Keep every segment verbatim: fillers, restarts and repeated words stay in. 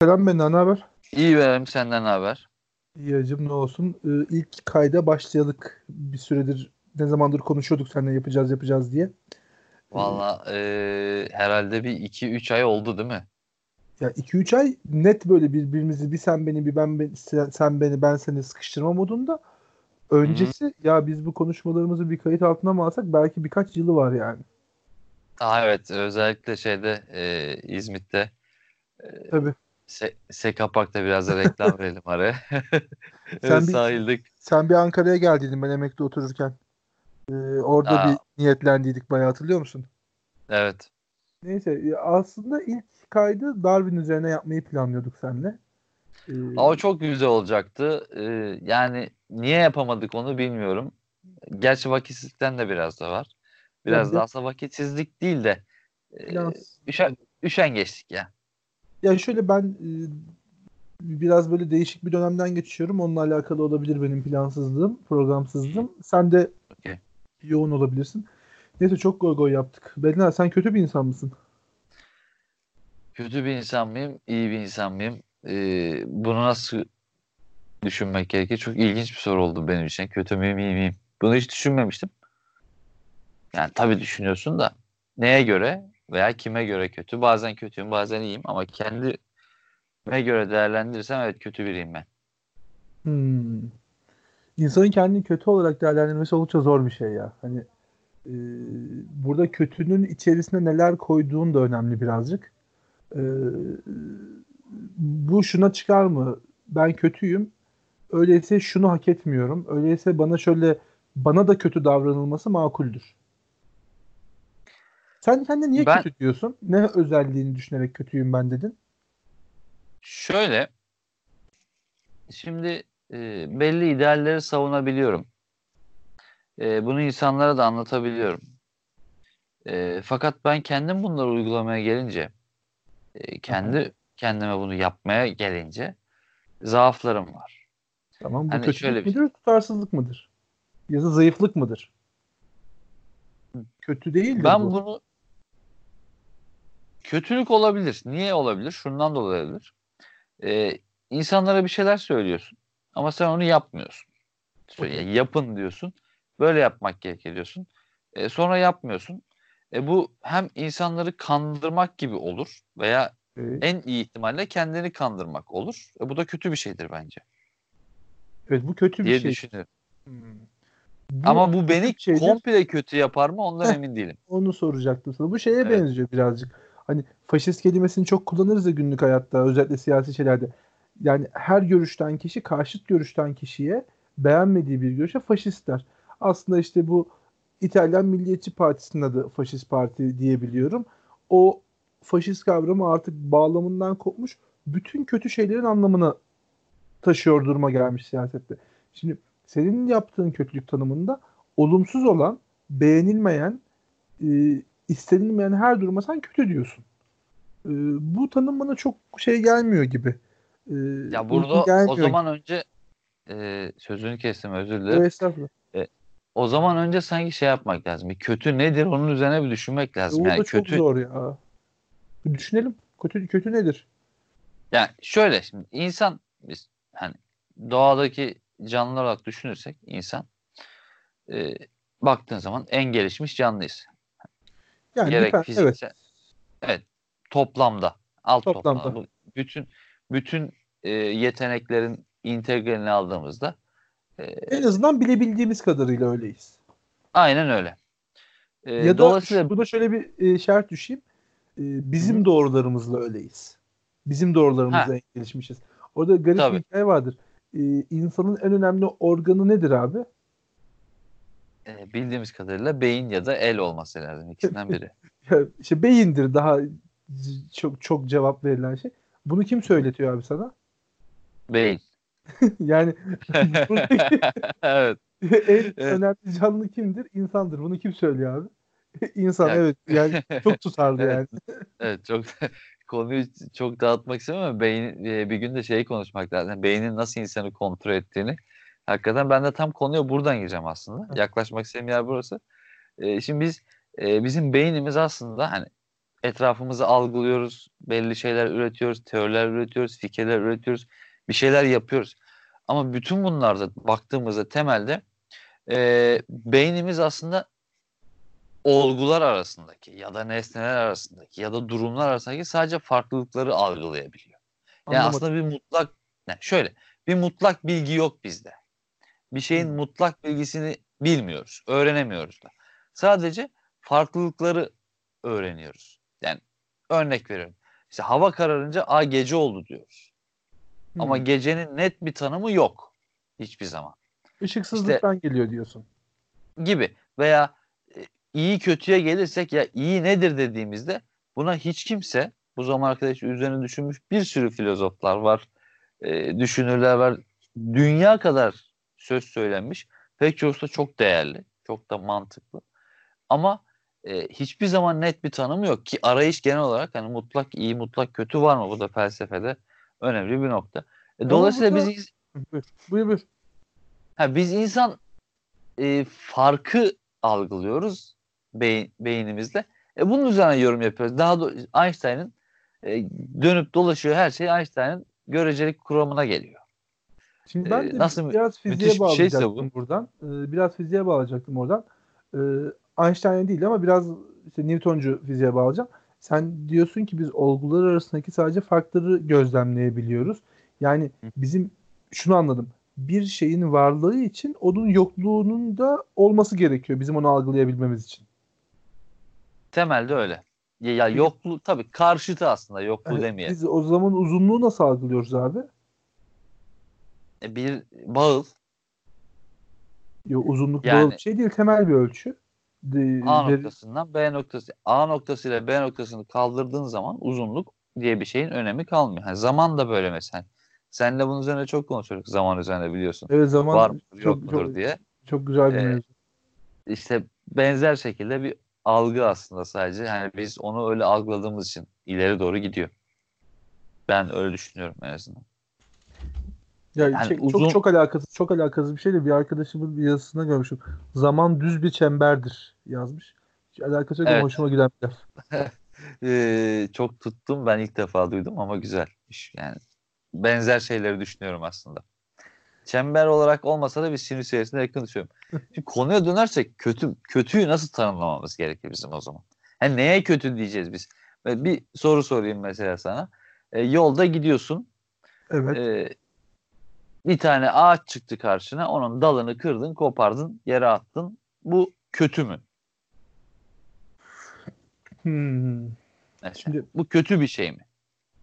Selam, ben ne haber? İyi benim senden ne haber? İyi hacım, ne olsun. Ee, ilk kayda başlayalık. Bir süredir ne zamandır konuşuyorduk seninle yapacağız yapacağız diye. Ee, Valla eee, herhalde bir iki üç ay oldu değil mi? Ya iki üç ay net böyle birbirimizi bir sen beni bir ben beni, sen, sen beni ben seni sıkıştırma modunda. Hı hı. Öncesi ya biz bu konuşmalarımızı bir kayıt altına mı alsak belki birkaç yılı var yani. Aa, evet, özellikle şeyde eee, İzmit'te Tabii. Se Sekapak'ta biraz da reklam verelim araya. Evet, Sen bir sahilde. sen bir Ankara'ya geldiydin ben emekli otururken. Ee, orada bir Aa, niyetlendiydik bayağı, hatırlıyor musun? evet. Neyse, ya aslında ilk kaydı Darwin üzerine yapmayı planlıyorduk seninle. Ee, Ama çok güzel olacaktı. Eee, yani niye yapamadık onu bilmiyorum. Gerçi vakitsizlikten de biraz da var. Ya Biraz da aslında vakitsizlik değil de eee plansızlık üşen, olur. üşengeçlik ya. Ya şöyle ben e, biraz böyle değişik bir dönemden geçiyorum. Onunla alakalı olabilir benim plansızlığım, Hı, programsızlığım. Sen de okey. yoğun olabilirsin. Neyse, çok goy goy yaptık. Bedna, sen kötü bir insan mısın? Kötü bir insan mıyım, iyi bir insan mıyım? Ee, bunu nasıl düşünmek gerekir? Çok ilginç bir soru oldu benim için. Kötü müyüm, iyi miyim? Bunu hiç düşünmemiştim. Yani tabii düşünüyorsun da neye göre veya kime göre kötü? Bazen kötüyüm, bazen iyiyim ama kendime göre değerlendirirsem evet kötü biriyim ben. Hmm. İnsanın kendini kötü olarak değerlendirmesi oldukça zor bir şey ya. Hani e, burada kötünün içerisine neler koyduğun da önemli birazcık. E, Bu şuna çıkar mı? Ben kötüyüm. Öyleyse şunu hak etmiyorum. Öyleyse bana şöyle bana da kötü davranılması makuldür. Sen kendine niye Ben kötü diyorsun? Ne özelliğini düşünerek kötüyüm ben dedin? şöyle, şimdi e, belli idealleri savunabiliyorum. E, bunu insanlara da anlatabiliyorum. E, fakat ben kendim bunları uygulamaya gelince, e, Aha. kendi kendime bunu yapmaya gelince zaaflarım var. Tamam, bu Hani şöyle kötülük bir şey. müdür, tutarsızlık mıdır? Ya da zayıflık mıdır? Kötü değildir Ben bu. bunu kötülük olabilir. Niye olabilir? Şundan dolayı olabilir. Ee, insanlara bir şeyler söylüyorsun ama sen onu yapmıyorsun. Söyle, Okey. yapın diyorsun. Böyle yapmak gerekir diyorsun. Ee, sonra yapmıyorsun. E, bu hem insanları kandırmak gibi olur veya Okey. en iyi ihtimalle kendini kandırmak olur. E, bu da kötü bir şeydir bence Evet, bu kötü bir diye şey. düşünüyorum. Hmm. Bu Ama bu kötü beni bir şeydir. komple kötü yapar mı ondan Heh, emin değilim. onu soracaktım sana. Bu şeye Evet. benziyor birazcık. Hani faşist kelimesini çok kullanırız ya günlük hayatta, özellikle siyasi şeylerde. Yani her görüşten kişi, karşıt görüşten kişiye beğenmediği bir görüşe faşist der. Aslında işte bu İtalyan Milliyetçi Partisi'nin adı faşist parti diyebiliyorum. O faşist kavramı artık bağlamından kopmuş, bütün kötü şeylerin anlamını taşıyor duruma gelmiş siyasette. Şimdi senin yaptığın kötülük tanımında olumsuz olan, beğenilmeyen, e, istenilmeyen her duruma sen kötü diyorsun. E, Bu tanım bana çok şey gelmiyor gibi. E, Ya Uygun burada o gelmiyor gibi. zaman önce e, sözünü kestim, özür Yo, dilerim. estağfurullah. E, O zaman önce sanki şey yapmak lazım. Bir kötü nedir onun üzerine bir düşünmek E, lazım. o Yani da çok kötü, zor ya. Bir düşünelim. Kötü, kötü nedir? yani şöyle, şimdi insan, biz hani doğadaki canlılar olarak düşünürsek insan, e, baktığın zaman en gelişmiş canlıyız. Yani Gerek depend, evet, fiziksel, evet, toplamda, alt toplamda toplamda. bu bütün bütün e, yeteneklerin integralini aldığımızda, e, En azından bilebildiğimiz kadarıyla öyleyiz. aynen öyle. Ya E, da ş- dolayısıyla buna şöyle bir e, şart düşeyim. E, hı bizim hı, doğrularımızla öyleyiz. Bizim ha doğrularımızla en gelişmişiz. Orada garip bir tabii. hikaye vardır. E, insanın en önemli organı nedir abi? E, bildiğimiz kadarıyla beyin ya da el olması lazım, ikisinden biri. Ya, işte beyindir daha c- çok çok cevap verilen şey. Bunu kim Hı hı. söyletiyor abi sana? Beyin. Yani buradaki Evet. en Evet. önemli canlı kimdir? İnsandır. Bunu kim söylüyor abi? İnsan, Ya, evet. Yani çok tutarlı evet. yani. Evet, çok konuyu çok dağıtmak istemem ama beyin, e, bir gün de şeyi konuşmak lazım. Yani beynin nasıl insanı kontrol ettiğini. Hakikaten ben de tam konuya buradan gireceğim aslında. Yaklaşmak istediğim yer burası. E, şimdi biz, e, bizim beynimiz aslında hani etrafımızı algılıyoruz, belli şeyler üretiyoruz, teoriler üretiyoruz, fikirler üretiyoruz, bir şeyler yapıyoruz. Ama bütün bunlarda baktığımızda temelde e, beynimiz aslında olgular arasındaki ya da nesneler arasındaki ya da durumlar arasındaki sadece farklılıkları algılayabiliyor. Yani Anlamadım. aslında bir mutlak, yani şöyle bir mutlak bilgi yok bizde. Bir şeyin Hmm. mutlak bilgisini bilmiyoruz, öğrenemiyoruz da. Sadece farklılıkları öğreniyoruz. Yani örnek veriyorum. İşte hava kararınca a gece oldu diyoruz. Ama Hmm. gecenin net bir tanımı yok hiçbir zaman. İşte Işıksızlıktan geliyor diyorsun. gibi veya e, iyi kötüye gelirsek ya iyi nedir dediğimizde buna hiç kimse bu zamana kadar hiç üzerine düşünmüş bir sürü filozoflar var, e, düşünürler var. Dünya kadar söz söylenmiş. Pek çoğusu da çok değerli, çok da mantıklı. Ama e, hiçbir zaman net bir tanımı yok ki arayış genel olarak hani mutlak iyi, mutlak kötü var mı? Bu da felsefede önemli bir nokta. E, Ama dolayısıyla biz burada ins- buyur, buyur, buyur. ha, biz insan e, farkı algılıyoruz beyin, beynimizle. E, bunun üzerine yorum yapıyoruz. Daha da Einstein'ın e, dönüp dolaşıyor her şey Einstein'ın görecelik kuramına geliyor. Şimdi ben E, de nasıl mü- biraz fiziğe müthiş bir şeyse bu. bağlayacaktım buradan. Ee, biraz fiziğe bağlayacaktım oradan. Ee, Einstein'a değil ama biraz işte Newtoncu fiziğe bağlayacağım. Sen diyorsun ki biz olgular arasındaki sadece farkları gözlemleyebiliyoruz. Yani Hı. bizim şunu anladım. Bir şeyin varlığı için onun yokluğunun da olması gerekiyor bizim onu algılayabilmemiz için. Temelde öyle. Ya, ya Peki yokluğu tabii karşıtı aslında e, yokluğu demeyelim. biz o zaman uzunluğu nasıl algılıyoruz abi? E, bir bağıl Yo, uzunluk bağıl bir yani şey değil, temel bir ölçü. De, A veri- noktasından B noktası A noktası ile B noktasını kaldırdığın zaman uzunluk diye bir şeyin önemi kalmıyor. Hani zaman da böyle mesela. Seninle bunun üzerine çok konuşuyoruz zaman üzerine biliyorsun. evet, Var zaman mıdır yok çok çok mudur diye. çok güzel bir E, mevzu. işte benzer şekilde bir algı aslında sadece. Hani biz onu öyle algıladığımız için ileri doğru gidiyor. Ben öyle düşünüyorum en azından. E, Ya hani şey, çok uzun çok alakasız çok alakasız bir şey de bir arkadaşımın bir yazısında görmüşüm. Zaman düz bir çemberdir yazmış. Hiç alakası yok ama evet. hoşuma giden bir laf. E, çok tuttum ben ilk defa duydum ama güzel. Yani benzer şeyleri düşünüyorum aslında. Çember olarak olmasa da bir sinüs serisine yakın düşüyorum. Şimdi konuya dönersek kötü kötüyü nasıl tanımlamamız gerekir bizim o zaman? Yani neye kötü diyeceğiz biz? Ve bir soru sorayım mesela sana. E, yolda gidiyorsun. Evet. E, bir tane ağaç çıktı karşına. Onun dalını kırdın, kopardın, yere attın. Bu kötü mü? Hmm. Mesela. Şimdi Bu kötü bir şey mi?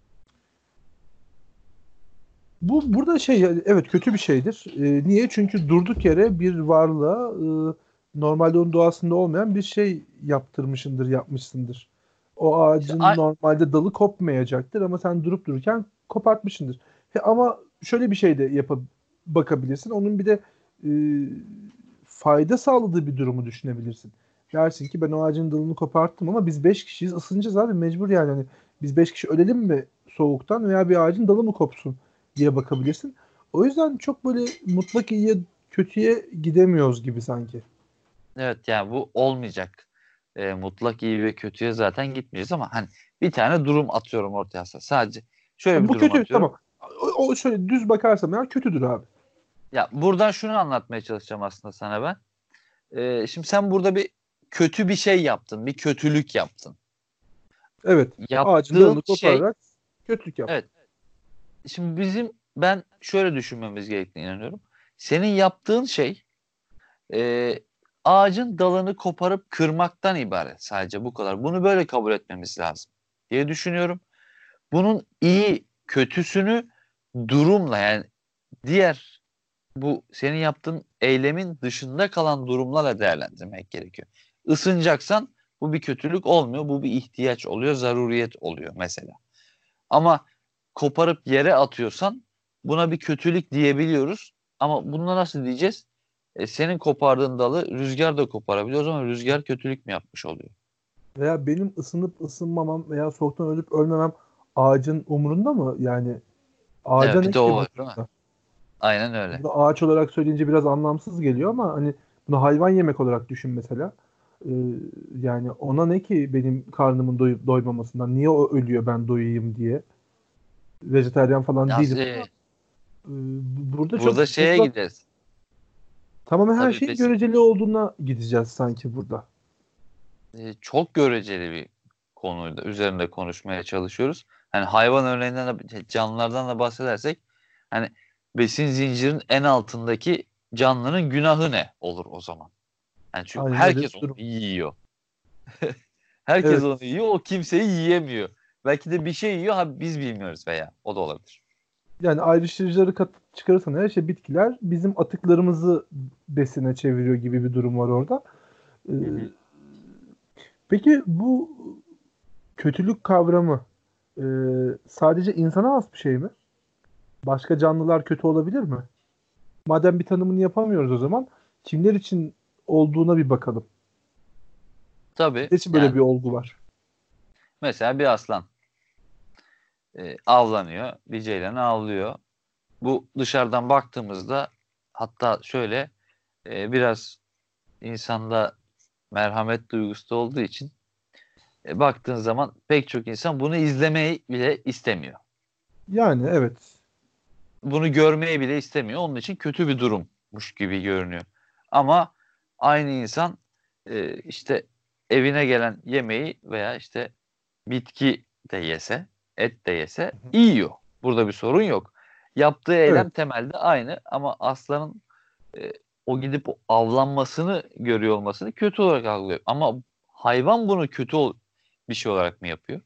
bu burada şey yani, evet, kötü bir şeydir. Ee, niye? Çünkü durduk yere bir varlığa e, normalde onun doğasında olmayan bir şey yaptırmışındır, yapmışsındır. O İşte ağacın a- normalde dalı kopmayacaktır ama sen durup dururken kopartmışsındır. He, ama şöyle bir şey de yapıp bakabilirsin. Onun bir de e, fayda sağladığı bir durumu düşünebilirsin. Dersin ki ben o ağacın dalını koparttım ama biz beş kişiyiz, ısınacağız abi, mecbur yani. Hani biz beş kişi ölelim mi soğuktan veya bir ağacın dalı mı kopsun diye bakabilirsin. O yüzden çok böyle mutlak iyiye kötüye gidemiyoruz gibi sanki. evet yani bu olmayacak. E, mutlak iyi ve kötüye zaten gitmeyeceğiz ama hani bir tane durum atıyorum ortaya aslında. Sadece şöyle Ha, bir bu durum kötü, atıyorum. tamam. O, o şöyle düz bakarsam ya kötüdür abi. Ya buradan şunu anlatmaya çalışacağım aslında sana ben. Ee, şimdi sen burada bir kötü bir şey yaptın, bir kötülük yaptın. Evet. Ağacın Yaptığın dalını şey, kopararak kötülük yaptım. evet. Şimdi bizim ben şöyle düşünmemiz gerektiğine inanıyorum. Senin yaptığın şey e, ağacın dalını koparıp kırmaktan ibaret sadece bu kadar. Bunu böyle kabul etmemiz lazım diye düşünüyorum. Bunun iyi kötüsünü durumla yani diğer bu senin yaptığın eylemin dışında kalan durumlarla değerlendirmek gerekiyor. Isınacaksan bu bir kötülük olmuyor. Bu bir ihtiyaç oluyor, zaruriyet oluyor mesela. Ama koparıp yere atıyorsan buna bir kötülük diyebiliyoruz. Ama bunu nasıl diyeceğiz? E, senin kopardığın dalı rüzgar da koparabiliyor. O zaman rüzgar kötülük mü yapmış oluyor? Veya benim ısınıp ısınmamam veya soğuktan ölüp ölmemem ağacın umurunda mı? Yani ağaca Evet, ne bir de ki o var değil mi? umurunda? Aynen öyle. Burada ağaç olarak söyleyince biraz anlamsız geliyor ama hani bunu hayvan yemek olarak düşün mesela. Ee, yani ona ne ki benim karnımın doyup doymamasından? Niye o ölüyor ben doyayım diye? Vejetaryen falan Ya, değilim ama e, e, burada çok burada şeye uzak, gideriz. tamamen her Tabii şeyin besin göreceli olduğuna gideceğiz sanki burada. e, çok göreceli bir konuydu. Üzerinde konuşmaya çalışıyoruz. Hani hayvan örneğinden de canlılardan da bahsedersek hani besin zincirinin en altındaki canlının günahı ne olur o zaman? Yani çünkü Aynen öyle herkes bir onu durum. yiyor. Herkes Evet. onu yiyor, o kimseyi yiyemiyor. Belki de bir şey yiyor, ha biz bilmiyoruz veya o da olabilir. Yani ayrıştırıcıları kat çıkarırsan her şey bitkiler bizim atıklarımızı besine çeviriyor gibi bir durum var orada. Ee, Hı hı. peki bu kötülük kavramı e, sadece insana has bir şey mi? Başka canlılar kötü olabilir mi? Madem bir tanımını yapamıyoruz o zaman kimler için olduğuna bir bakalım. Tabii Ne için böyle bir yani olgu var? mesela bir aslan e, avlanıyor, bir ceylanı avlıyor. Bu dışarıdan baktığımızda hatta şöyle e, biraz insanda merhamet duygusu da olduğu için e, baktığın zaman pek çok insan bunu izlemeyi bile istemiyor. Yani evet. Bunu görmeyi bile istemiyor. Onun için kötü bir durummuş gibi görünüyor. Ama aynı insan e, işte evine gelen yemeği veya işte bitki de yese, et de yese yiyor. Burada bir sorun yok. Yaptığı Evet. eylem temelde aynı ama aslanın e, o gidip o avlanmasını görüyor olmasını kötü olarak algılıyor. Ama hayvan bunu kötü ol- bir şey olarak mı yapıyor?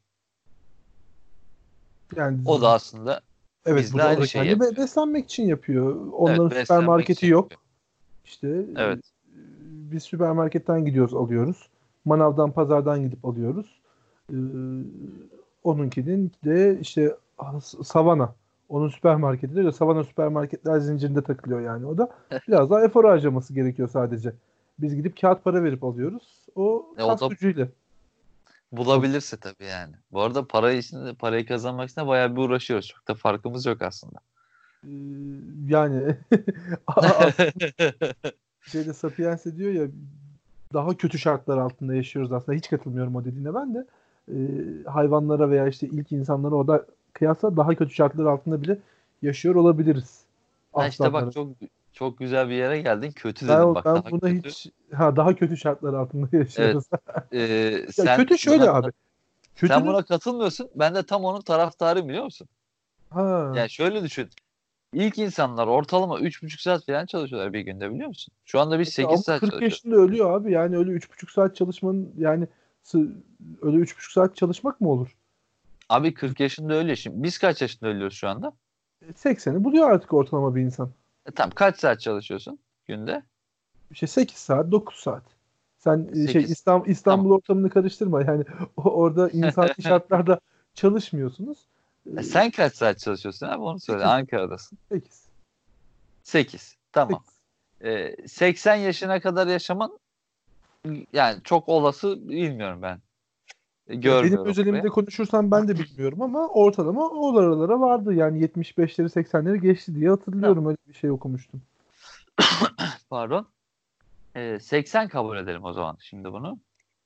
Yani O da aslında evet, bu bizle da o aynı da şeyi kendi be- yapıyor. beslenmek için yapıyor. Onların Evet, beslenmek süpermarketi için yapıyor. yok. İşte e, Evet. biz süpermarketten gidiyoruz alıyoruz. Manavdan pazardan gidip alıyoruz. Ee, onunkinin de işte Savana. Onun süpermarketi de Savana süpermarketler zincirinde takılıyor yani o da. Biraz daha efor harcaması gerekiyor sadece. Biz gidip kağıt para verip alıyoruz. O E, o kas da gücüyle. O, bulabilirse tabii yani. Bu arada parayı için parayı kazanmak için de bayağı bir uğraşıyoruz. Çok da farkımız yok aslında. e, yani aslında şeyde Sapiens diyor ya daha kötü şartlar altında yaşıyoruz aslında. Hiç katılmıyorum o dediğine ben de. Ee, hayvanlara veya işte ilk insanlara o da kıyasla daha kötü şartlar altında bile yaşıyor olabiliriz. Ha işte bak Aslanlara. çok çok güzel bir yere geldin. Kötü dedim Ben, bak ben daha buna kötü. hiç ha daha kötü şartlar altında Evet. yaşıyoruz. e, Ya sen kötü şöyle buna abi. sen Kötünün buna katılmıyorsun. Ben de tam onun taraftarıyım biliyor musun? ha Yani şöyle düşün. İlk insanlar ortalama üç buçuk saat falan çalışıyorlar bir günde biliyor musun? Şu anda biz ama sekiz saat kırk çalışıyoruz. yaşında ölüyor abi. Yani öyle üç buçuk saat çalışmanın yani sı- öyle üç buçuk saat çalışmak mı olur? Abi kırk yaşında ölüyor şimdi. Biz kaç yaşında ölüyoruz şu anda? sekseni buluyor artık ortalama bir insan. E, tamam kaç saat çalışıyorsun günde? İşte sekiz saat, dokuz saat. Sen e, şey sekiz. İstanbul, Tamam. İstanbul ortamını karıştırma. Yani o- orada insani şartlarda çalışmıyorsunuz. E, sen kaç saat çalışıyorsun abi onu söyle. sekiz, Ankara'dasın. sekiz, sekiz. Tamam. sekiz. E, seksen yaşına kadar yaşaman yani çok olası bilmiyorum ben. E, Ya benim görmüyorum özelimde buraya. konuşursam ben de bilmiyorum ama ortalama o aralara vardı. Yani yetmiş beşleri seksenleri geçti diye Tamam. hatırlıyorum. Öyle bir şey okumuştum. Pardon. E, seksen kabul edelim o zaman şimdi bunu.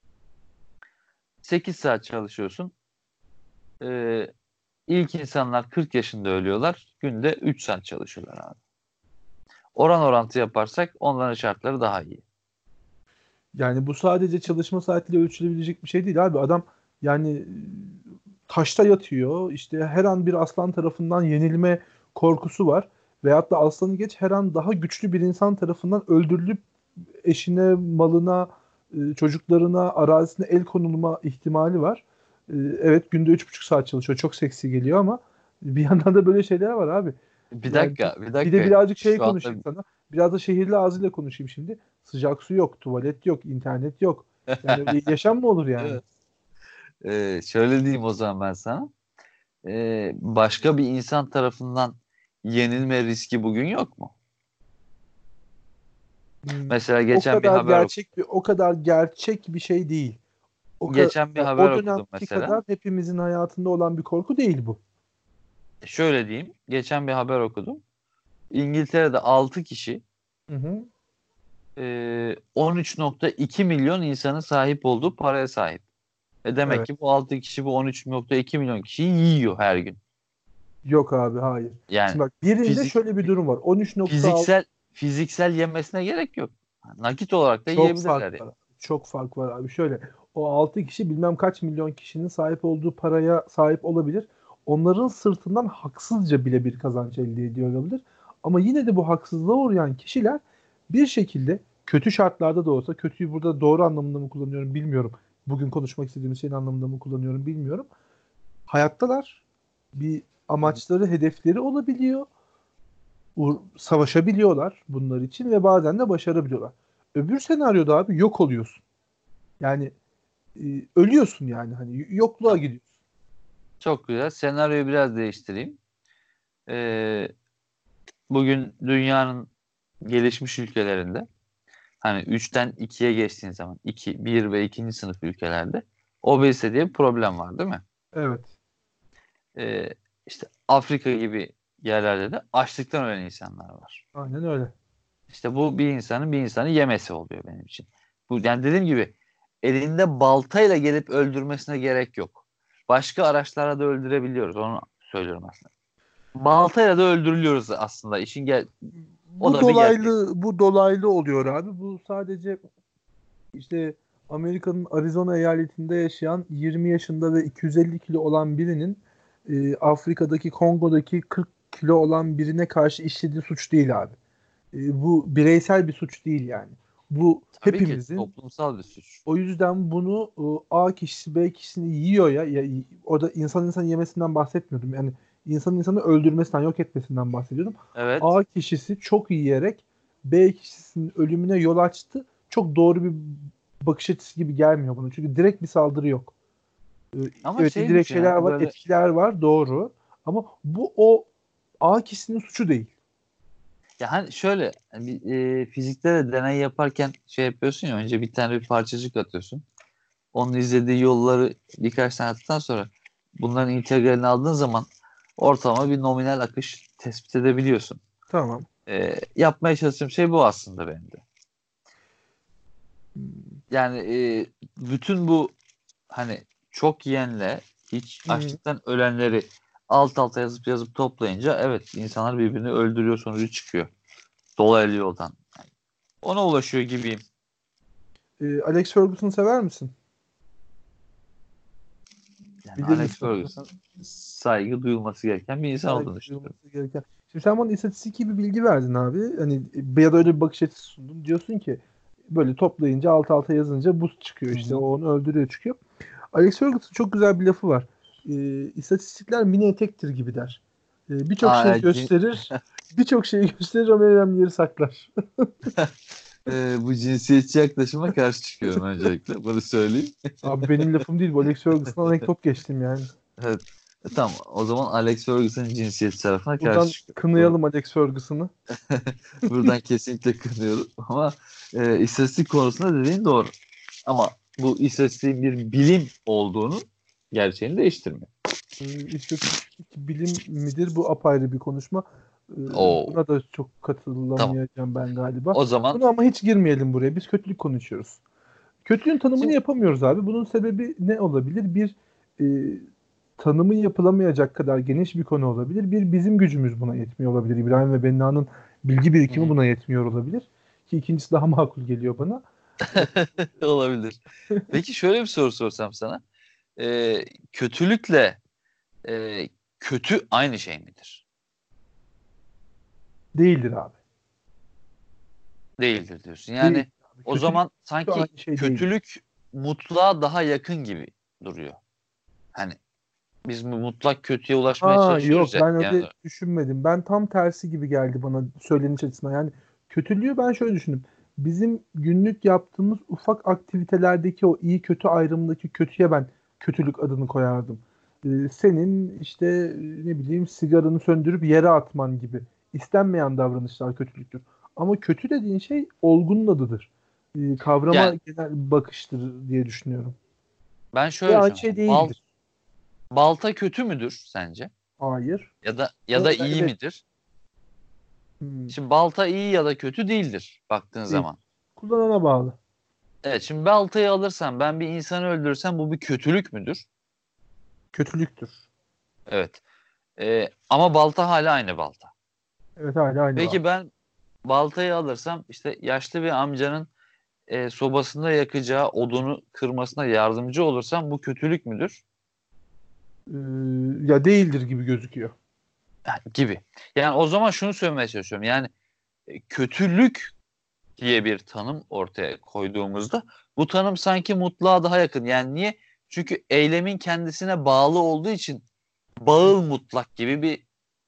sekiz saat çalışıyorsun. E, ilk insanlar kırk yaşında ölüyorlar. Günde üç saat çalışıyorlar abi. Oran orantı yaparsak onların şartları daha iyi. Yani bu sadece çalışma saatiyle ölçülebilecek bir şey değil abi. Adam yani e, taşta yatıyor. İşte her an bir aslan tarafından yenilme korkusu var. Veyahut da aslanı geç her an daha güçlü bir insan tarafından öldürülüp eşine, malına, e, çocuklarına, arazisine el konulma ihtimali var. E, Evet günde üç buçuk saat çalışıyor. Çok seksi geliyor ama bir yandan da böyle şeyler var abi. Bir Yani dakika, bir bir de dakika. birazcık şey Şu anda konuşayım sana. Biraz da şehirli ağzıyla konuşayım şimdi. Sıcak su yok, tuvalet yok, internet yok. Yani öyle yaşam mı olur yani? Evet. Ee, şöyle diyeyim o zaman ben sana. Ee, başka bir insan tarafından yenilme riski bugün yok mu? Hmm, Mesela o geçen bir kadar haber ok- gerçek bir o kadar gerçek bir şey değil. O kadar geçen bir yani haber o okudum dönemki mesela. kadar hepimizin hayatında olan bir korku değil bu. Şöyle diyeyim. Geçen bir haber okudum. İngiltere'de altı kişi Hı hı. e, on üç nokta iki milyon insanın sahip olduğu paraya sahip. E demek Evet. ki bu altı kişi bu on üç nokta iki milyon kişiyi yiyor her gün. Yok abi, hayır. Yani Şimdi bak, birinde fizik şöyle bir durum var. on üç nokta altı fiziksel fiziksel yemesine gerek yok. Nakit olarak da çok yiyebilirler fark yani. var. Çok fark var abi. Şöyle, o altı kişi bilmem kaç milyon kişinin sahip olduğu paraya sahip olabilir. Onların sırtından haksızca bile bir kazanç elde ediyor olabilir. Ama yine de bu haksızlığa uğrayan kişiler bir şekilde, kötü şartlarda da olsa, kötüyü burada doğru anlamında mı kullanıyorum bilmiyorum. Bugün konuşmak istediğimiz şeyin anlamında mı kullanıyorum bilmiyorum. Hayattalar. Bir amaçları, hedefleri olabiliyor. Uğra- savaşabiliyorlar bunlar için ve bazen de başarabiliyorlar. Öbür senaryoda abi yok oluyorsun. Yani e, ölüyorsun yani, hani yokluğa Çok, gidiyorsun. çok güzel. Senaryoyu biraz değiştireyim. Ee, bugün dünyanın gelişmiş ülkelerinde hani üçten ikiye geçtiğin zaman iki, bir ve ikinci sınıf ülkelerde obezite diye bir problem var değil mi? Evet. Ee, işte Afrika gibi yerlerde de açlıktan ölen insanlar var. Aynen öyle. İşte bu bir insanın bir insanı yemesi oluyor benim için. Bu yani dediğim gibi elinde baltayla gelip öldürmesine gerek yok. Başka araçlarla da öldürebiliyoruz. Onu söylüyorum aslında. Baltayla da öldürülüyoruz aslında. İşin gel o Bu da bir gerçek. dolaylı bu dolaylı oluyor abi. Bu sadece işte Amerika'nın Arizona eyaletinde yaşayan yirmi yaşında ve iki yüz elli kilo olan birinin e, Afrika'daki Kongo'daki kırk kilo olan birine karşı işlediği suç değil abi. E, bu bireysel bir suç değil yani. Bu Tabii ki hepimizin. toplumsal bir suç. O yüzden bunu e, A kişisi B kişisini yiyor ya, ya o da insan insan yemesinden bahsetmiyordum. Yani insan insanı öldürmesinden, yok etmesinden bahsediyordum. Evet. A kişisi çok yiyerek B kişisinin ölümüne yol açtı. Çok doğru bir bakış açısı gibi gelmiyor bana. Çünkü direkt bir saldırı yok. E, Ama Evet, şey indirekt düşün şeyler hani var, böyle etkiler var, doğru. Ama bu o A kişisinin suçu değil. ya hani şöyle hani bir, e, fizikte de deney yaparken şey yapıyorsun ya önce bir tane bir parçacık atıyorsun. Onun izlediği yolları birkaç tane attıktan sonra bunların integralini aldığın zaman ortalama bir nominal akış tespit edebiliyorsun. Tamam. E, yapmaya çalıştığım şey bu aslında benim de. Hmm. Yani e, bütün bu hani çok yiyenle hiç Hmm. açlıktan ölenleri alt alta yazıp yazıp toplayınca evet insanlar birbirini öldürüyor sonucu çıkıyor. Dolaylı yoldan. Ona ulaşıyor gibiyim. E, Alex Ferguson'u sever misin? Yani Bilir Alex misin onu? Ferguson saygı duyulması gereken bir insan Saygı olduğunu düşünüyorum. duyulması gereken. Şimdi sen bana istatistiki bir bilgi verdin abi. Hani ya da öyle bir bakış açısı sundun. Diyorsun ki böyle toplayınca, alt alta yazınca buz çıkıyor, Hı işte hı. o onu öldürüyor çıkıyor. Alex Ferguson'un çok güzel bir lafı var. Ee, istatistikler mini etektir gibi der. Ee, birçok Aa, şeyi evet, cin- gösterir. Birçok şeyi gösterir ama en önemli yeri saklar. Ee, bu cinsiyetçi yaklaşıma karşı çıkıyorum öncelikle. Bunu söyleyeyim. Abi benim lafım değil. Bu Alex Ferguson'dan anekdot geçtim yani. Evet. E, tamam. O zaman Alex Ferguson'ın cinsiyetçi tarafına karşı Buradan çıkıyorum. Bur- kınayalım Alex Ferguson'ı. Buradan kesinlikle kınıyorum. Ama e, istatistik konusunda dediğin doğru. Ama bu istatistiğin bir bilim olduğunu gerçeğini değiştirmiyor. Ee, İstatistik bilim midir? Bu apayrı bir konuşma. Ee, Oo. Buna da çok Tamam. katılamayacağım ben galiba. O zaman Bunu ama hiç girmeyelim buraya. Biz kötülük konuşuyoruz. Kötülüğün tanımını şimdi yapamıyoruz abi. Bunun sebebi ne olabilir? Bir, e, tanımı yapılamayacak kadar geniş bir konu olabilir. Bir, bizim gücümüz buna yetmiyor olabilir. İbrahim ve Benna'nın bilgi Hı birikimi hı. buna yetmiyor olabilir. Ki ikincisi daha makul geliyor bana. Olabilir. Peki şöyle bir soru sorsam sana. Ee, kötülükle e, kötü aynı şey midir? Değildir abi. Değildir diyorsun. Değil Yani abi. o Kötülük zaman sanki aynı şey değildir. kötülük mutluğa daha yakın gibi duruyor. Hani biz bu mutlak kötüye ulaşmaya Ha çalışıyoruz yok, ya ben öyle genelde. düşünmedim. Ben tam tersi gibi geldi bana söyleniş açısından. Yani kötülüğü ben şöyle düşündüm. Bizim günlük yaptığımız ufak aktivitelerdeki o iyi kötü ayrımındaki kötüye ben kötülük adını koyardım. Ee, senin işte e, ne bileyim sigaranı söndürüp yere atman gibi istenmeyen davranışlar kötülüktür. Ama kötü dediğin şey olgunun adıdır. Ee, kavrama Yani genel bakıştır diye düşünüyorum. ben Ve şöyle aynı düşünüyorum. şey Mesela bal, değildir. balta kötü müdür sence? Hayır. Ya da ya Ama da ya iyi evet. midir? Hmm, Şimdi balta iyi ya da kötü değildir baktığın değil. zaman. Kullanana bağlı. Evet, şimdi baltayı alırsam, ben bir insanı öldürürsem bu bir kötülük müdür? Kötülüktür. Evet. Ee, ama balta hala aynı balta. Evet, hala aynı bağlı. Peki ben baltayı alırsam işte yaşlı bir amcanın e, sobasında yakacağı odunu kırmasına yardımcı olursam bu kötülük müdür? Ee, ya değildir gibi gözüküyor. Ha, gibi. Yani o zaman şunu söylemeye çalışıyorum. Yani e, kötülük diye bir tanım ortaya koyduğumuzda bu tanım sanki mutluğa daha yakın. Yani niye? Çünkü eylemin kendisine bağlı olduğu için bağıl mutlak gibi bir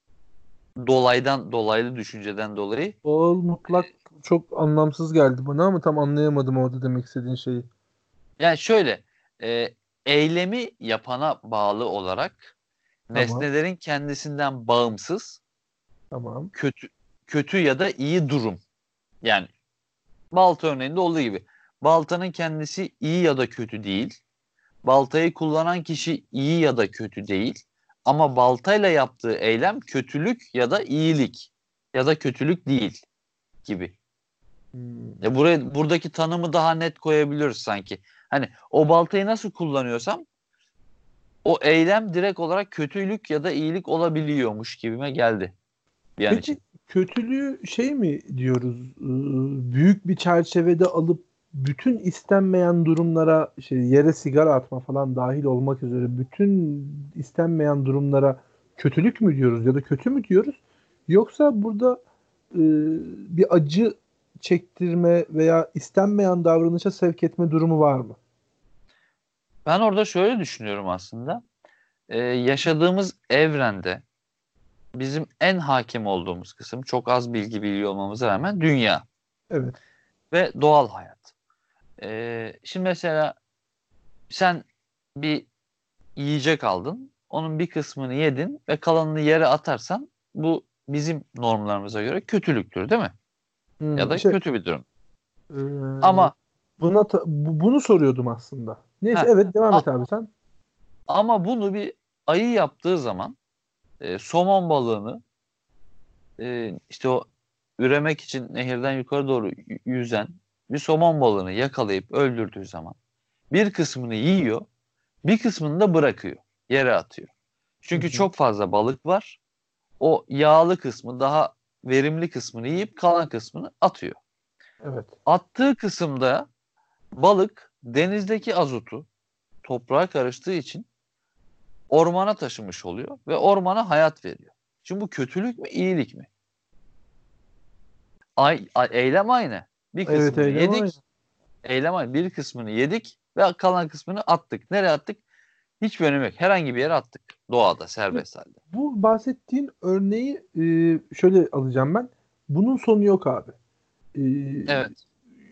dolaydan dolaylı düşünceden dolayı. Bağıl mutlak çok anlamsız geldi bana ama tam anlayamadım orada demek istediğin şeyi. Yani şöyle e, eylemi yapana bağlı olarak Tamam. nesnelerin kendisinden bağımsız Tamam. kötü kötü ya da iyi durum. Yani balta örneğinde olduğu gibi baltanın kendisi iyi ya da kötü değil. Baltayı kullanan kişi iyi ya da kötü değil. Ama baltayla yaptığı eylem kötülük ya da iyilik ya da kötülük değil gibi. Hmm. Ya buraya buradaki tanımı daha net koyabiliyoruz sanki. Hani o baltayı nasıl kullanıyorsam o eylem direkt olarak kötülük ya da iyilik olabiliyormuş gibime geldi bir an Peki için. kötülüğü şey mi diyoruz? Ee, büyük bir çerçevede alıp bütün istenmeyen durumlara, şey, yere sigara atma falan dahil olmak üzere bütün istenmeyen durumlara kötülük mü diyoruz ya da kötü mü diyoruz? Yoksa burada e, bir acı çektirme veya istenmeyen davranışa sevk etme durumu var mı? Ben orada şöyle düşünüyorum aslında. Ee, yaşadığımız evrende bizim en hakim olduğumuz kısım, çok az bilgi biliyor olmamıza rağmen, dünya Evet. ve doğal hayat. Ee, şimdi mesela sen bir yiyecek aldın, onun bir kısmını yedin ve kalanını yere atarsan bu bizim normlarımıza göre kötülüktür, değil mi? Ya Hmm, da işte kötü bir durum. e, Ama buna ta- bu- bunu soruyordum aslında. Neyse, ha, evet, devam a- et abi sen. ama bunu bir ayı yaptığı zaman e, somon balığını e, işte o üremek için nehirden yukarı doğru y- yüzen bir somon balığını yakalayıp öldürdüğü zaman bir kısmını yiyor, bir kısmını da bırakıyor, yere atıyor. Hı Çünkü hı. çok fazla balık var. O yağlı kısmı, daha verimli kısmını yiyip kalan kısmını atıyor. Evet. Attığı kısımda balık denizdeki azotu toprağa karıştığı için ormana taşımış oluyor ve ormana hayat veriyor. Şimdi bu kötülük mü, iyilik mi? Ay, ay- eylem aynı. Bir Evet, kısmını eylem aynı. yedik, eylem aynı. Bir kısmını yedik ve kalan kısmını attık. Nereye attık? Hiçbir önemi yok. Herhangi bir yere attık. Doğada, Şimdi serbest halde. bu bahsettiğin örneği e, şöyle alacağım ben. Bunun sonu yok abi. E, Evet.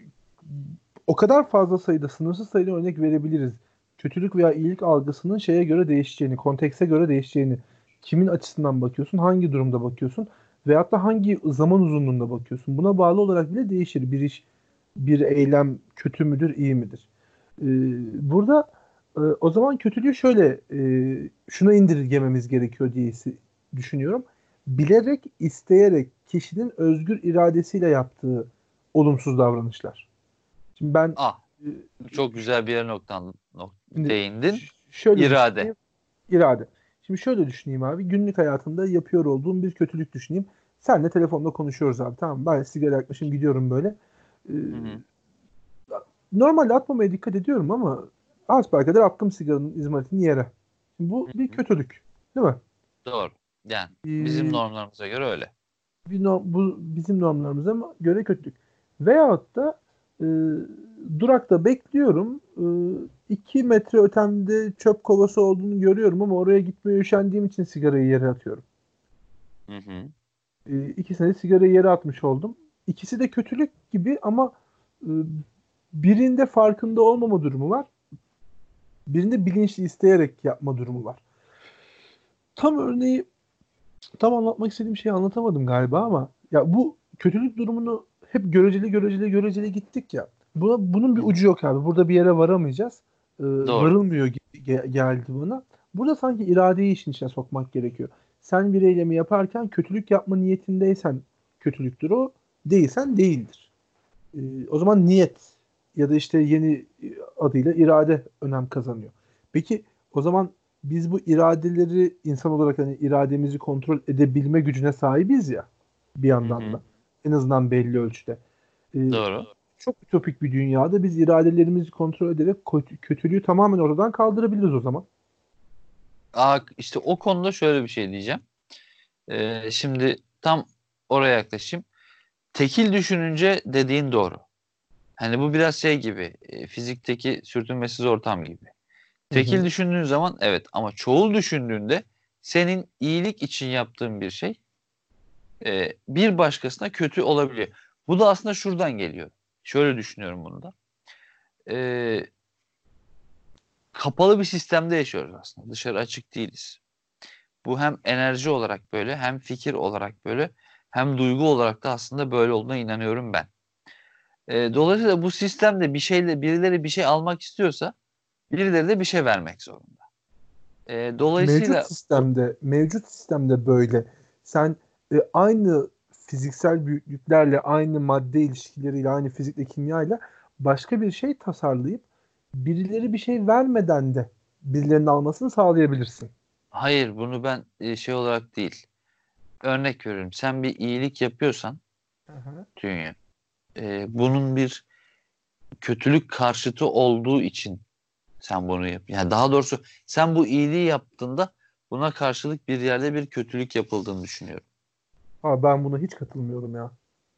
o kadar fazla sayıda, sınırsız sayıda örnek verebiliriz. Kötülük veya iyilik algısının şeye göre değişeceğini, kontekste göre değişeceğini, kimin açısından bakıyorsun, hangi durumda bakıyorsun veyahut da hangi zaman uzunluğunda bakıyorsun. Buna bağlı olarak bile değişir. Bir iş, bir eylem kötü müdür, iyi midir? E, burada e, o zaman kötülüğü şöyle e, şuna indirgememiz gerekiyor diye his- düşünüyorum. Bilerek, isteyerek kişinin özgür iradesiyle yaptığı olumsuz davranışlar. Şimdi ben Ah, e, çok güzel bir yer noktan nok şimdi değindin. ş- şöyle İrade. düşüneyim. İrade. Şimdi şöyle düşüneyim abi. Günlük hayatımda yapıyor olduğum bir kötülük düşüneyim. Senle telefonda konuşuyoruz abi, tamam mı? Ben sigara yakmışım, gidiyorum böyle. Ee, Hı hı. normalde atmamaya dikkat ediyorum ama hasbelkader attım sigaranın izmaritini yere. Şimdi bu Hı bir hı. kötülük. Değil mi? Doğru. Yani bizim Ee, normlarımıza göre öyle. bir no- bu bizim normlarımıza göre kötülük. Veyahut da e, durakta bekliyorum. E, iki metre ötemde çöp kovası olduğunu görüyorum ama oraya gitmeye üşendiğim için sigarayı yere atıyorum. Hı hı. E, ikisine de sigarayı yere atmış oldum. İkisi de kötülük gibi ama e, birinde farkında olmama durumu var. Birinde bilinçli isteyerek yapma durumu var. Tam örneği, tam anlatmak istediğim şeyi anlatamadım galiba ama ya bu kötülük durumunu hep göreceli göreceli göreceli gittik ya. Buna, bunun bir Hı hı. ucu yok abi. Burada bir yere varamayacağız. Ee, Doğru. varılmıyor gibi ge- geldi bana. Burada sanki iradeyi işin içine sokmak gerekiyor. Sen bir eylemi yaparken kötülük yapma niyetindeysen kötülüktür o. Değilsen değildir. E, o zaman niyet ya da işte yeni adıyla irade önem kazanıyor. Peki o zaman biz bu iradeleri insan olarak hani irademizi kontrol edebilme gücüne sahibiz ya bir Hı yandan hı. da. En azından belli ölçüde. E, Doğru. çok ütopik bir dünyada biz iradelerimizi kontrol ederek kötü- kötülüğü tamamen ortadan kaldırabiliriz o zaman. Aa, işte o konuda şöyle bir şey diyeceğim. Ee, şimdi tam oraya yaklaşayım. Tekil düşününce dediğin doğru. Hani bu biraz şey gibi, e, fizikteki sürtünmesiz ortam gibi. Hı Tekil hı. düşündüğün zaman evet, ama çoğul düşündüğünde senin iyilik için yaptığın bir şey e, bir başkasına kötü olabiliyor. Bu da aslında şuradan geliyor. Şöyle düşünüyorum bunu da. E, Kapalı bir sistemde yaşıyoruz aslında. Dışarı açık değiliz. Bu hem enerji olarak böyle, hem fikir olarak böyle, hem duygu olarak da aslında böyle olduğuna inanıyorum ben. E, dolayısıyla bu sistemde bir şeyle birileri bir şey almak istiyorsa birileri de bir şey vermek zorunda. E, Mevcut dolayısıyla bu, sistemde mevcut sistemde böyle sen e, aynı fiziksel büyüklüklerle aynı madde ilişkileriyle aynı fizikle kimyayla başka bir şey tasarlayıp birileri bir şey vermeden de birilerinin almasını sağlayabilirsin. hayır, bunu ben e, şey olarak değil. Örnek veriyorum. Sen bir iyilik yapıyorsan Aha. dünya, e, bunun bir kötülük karşıtı olduğu için sen bunu yap. Yani daha doğrusu sen bu iyiliği yaptığında buna karşılık bir yerde bir kötülük yapıldığını düşünüyorum. Ama ben buna hiç katılmıyorum ya.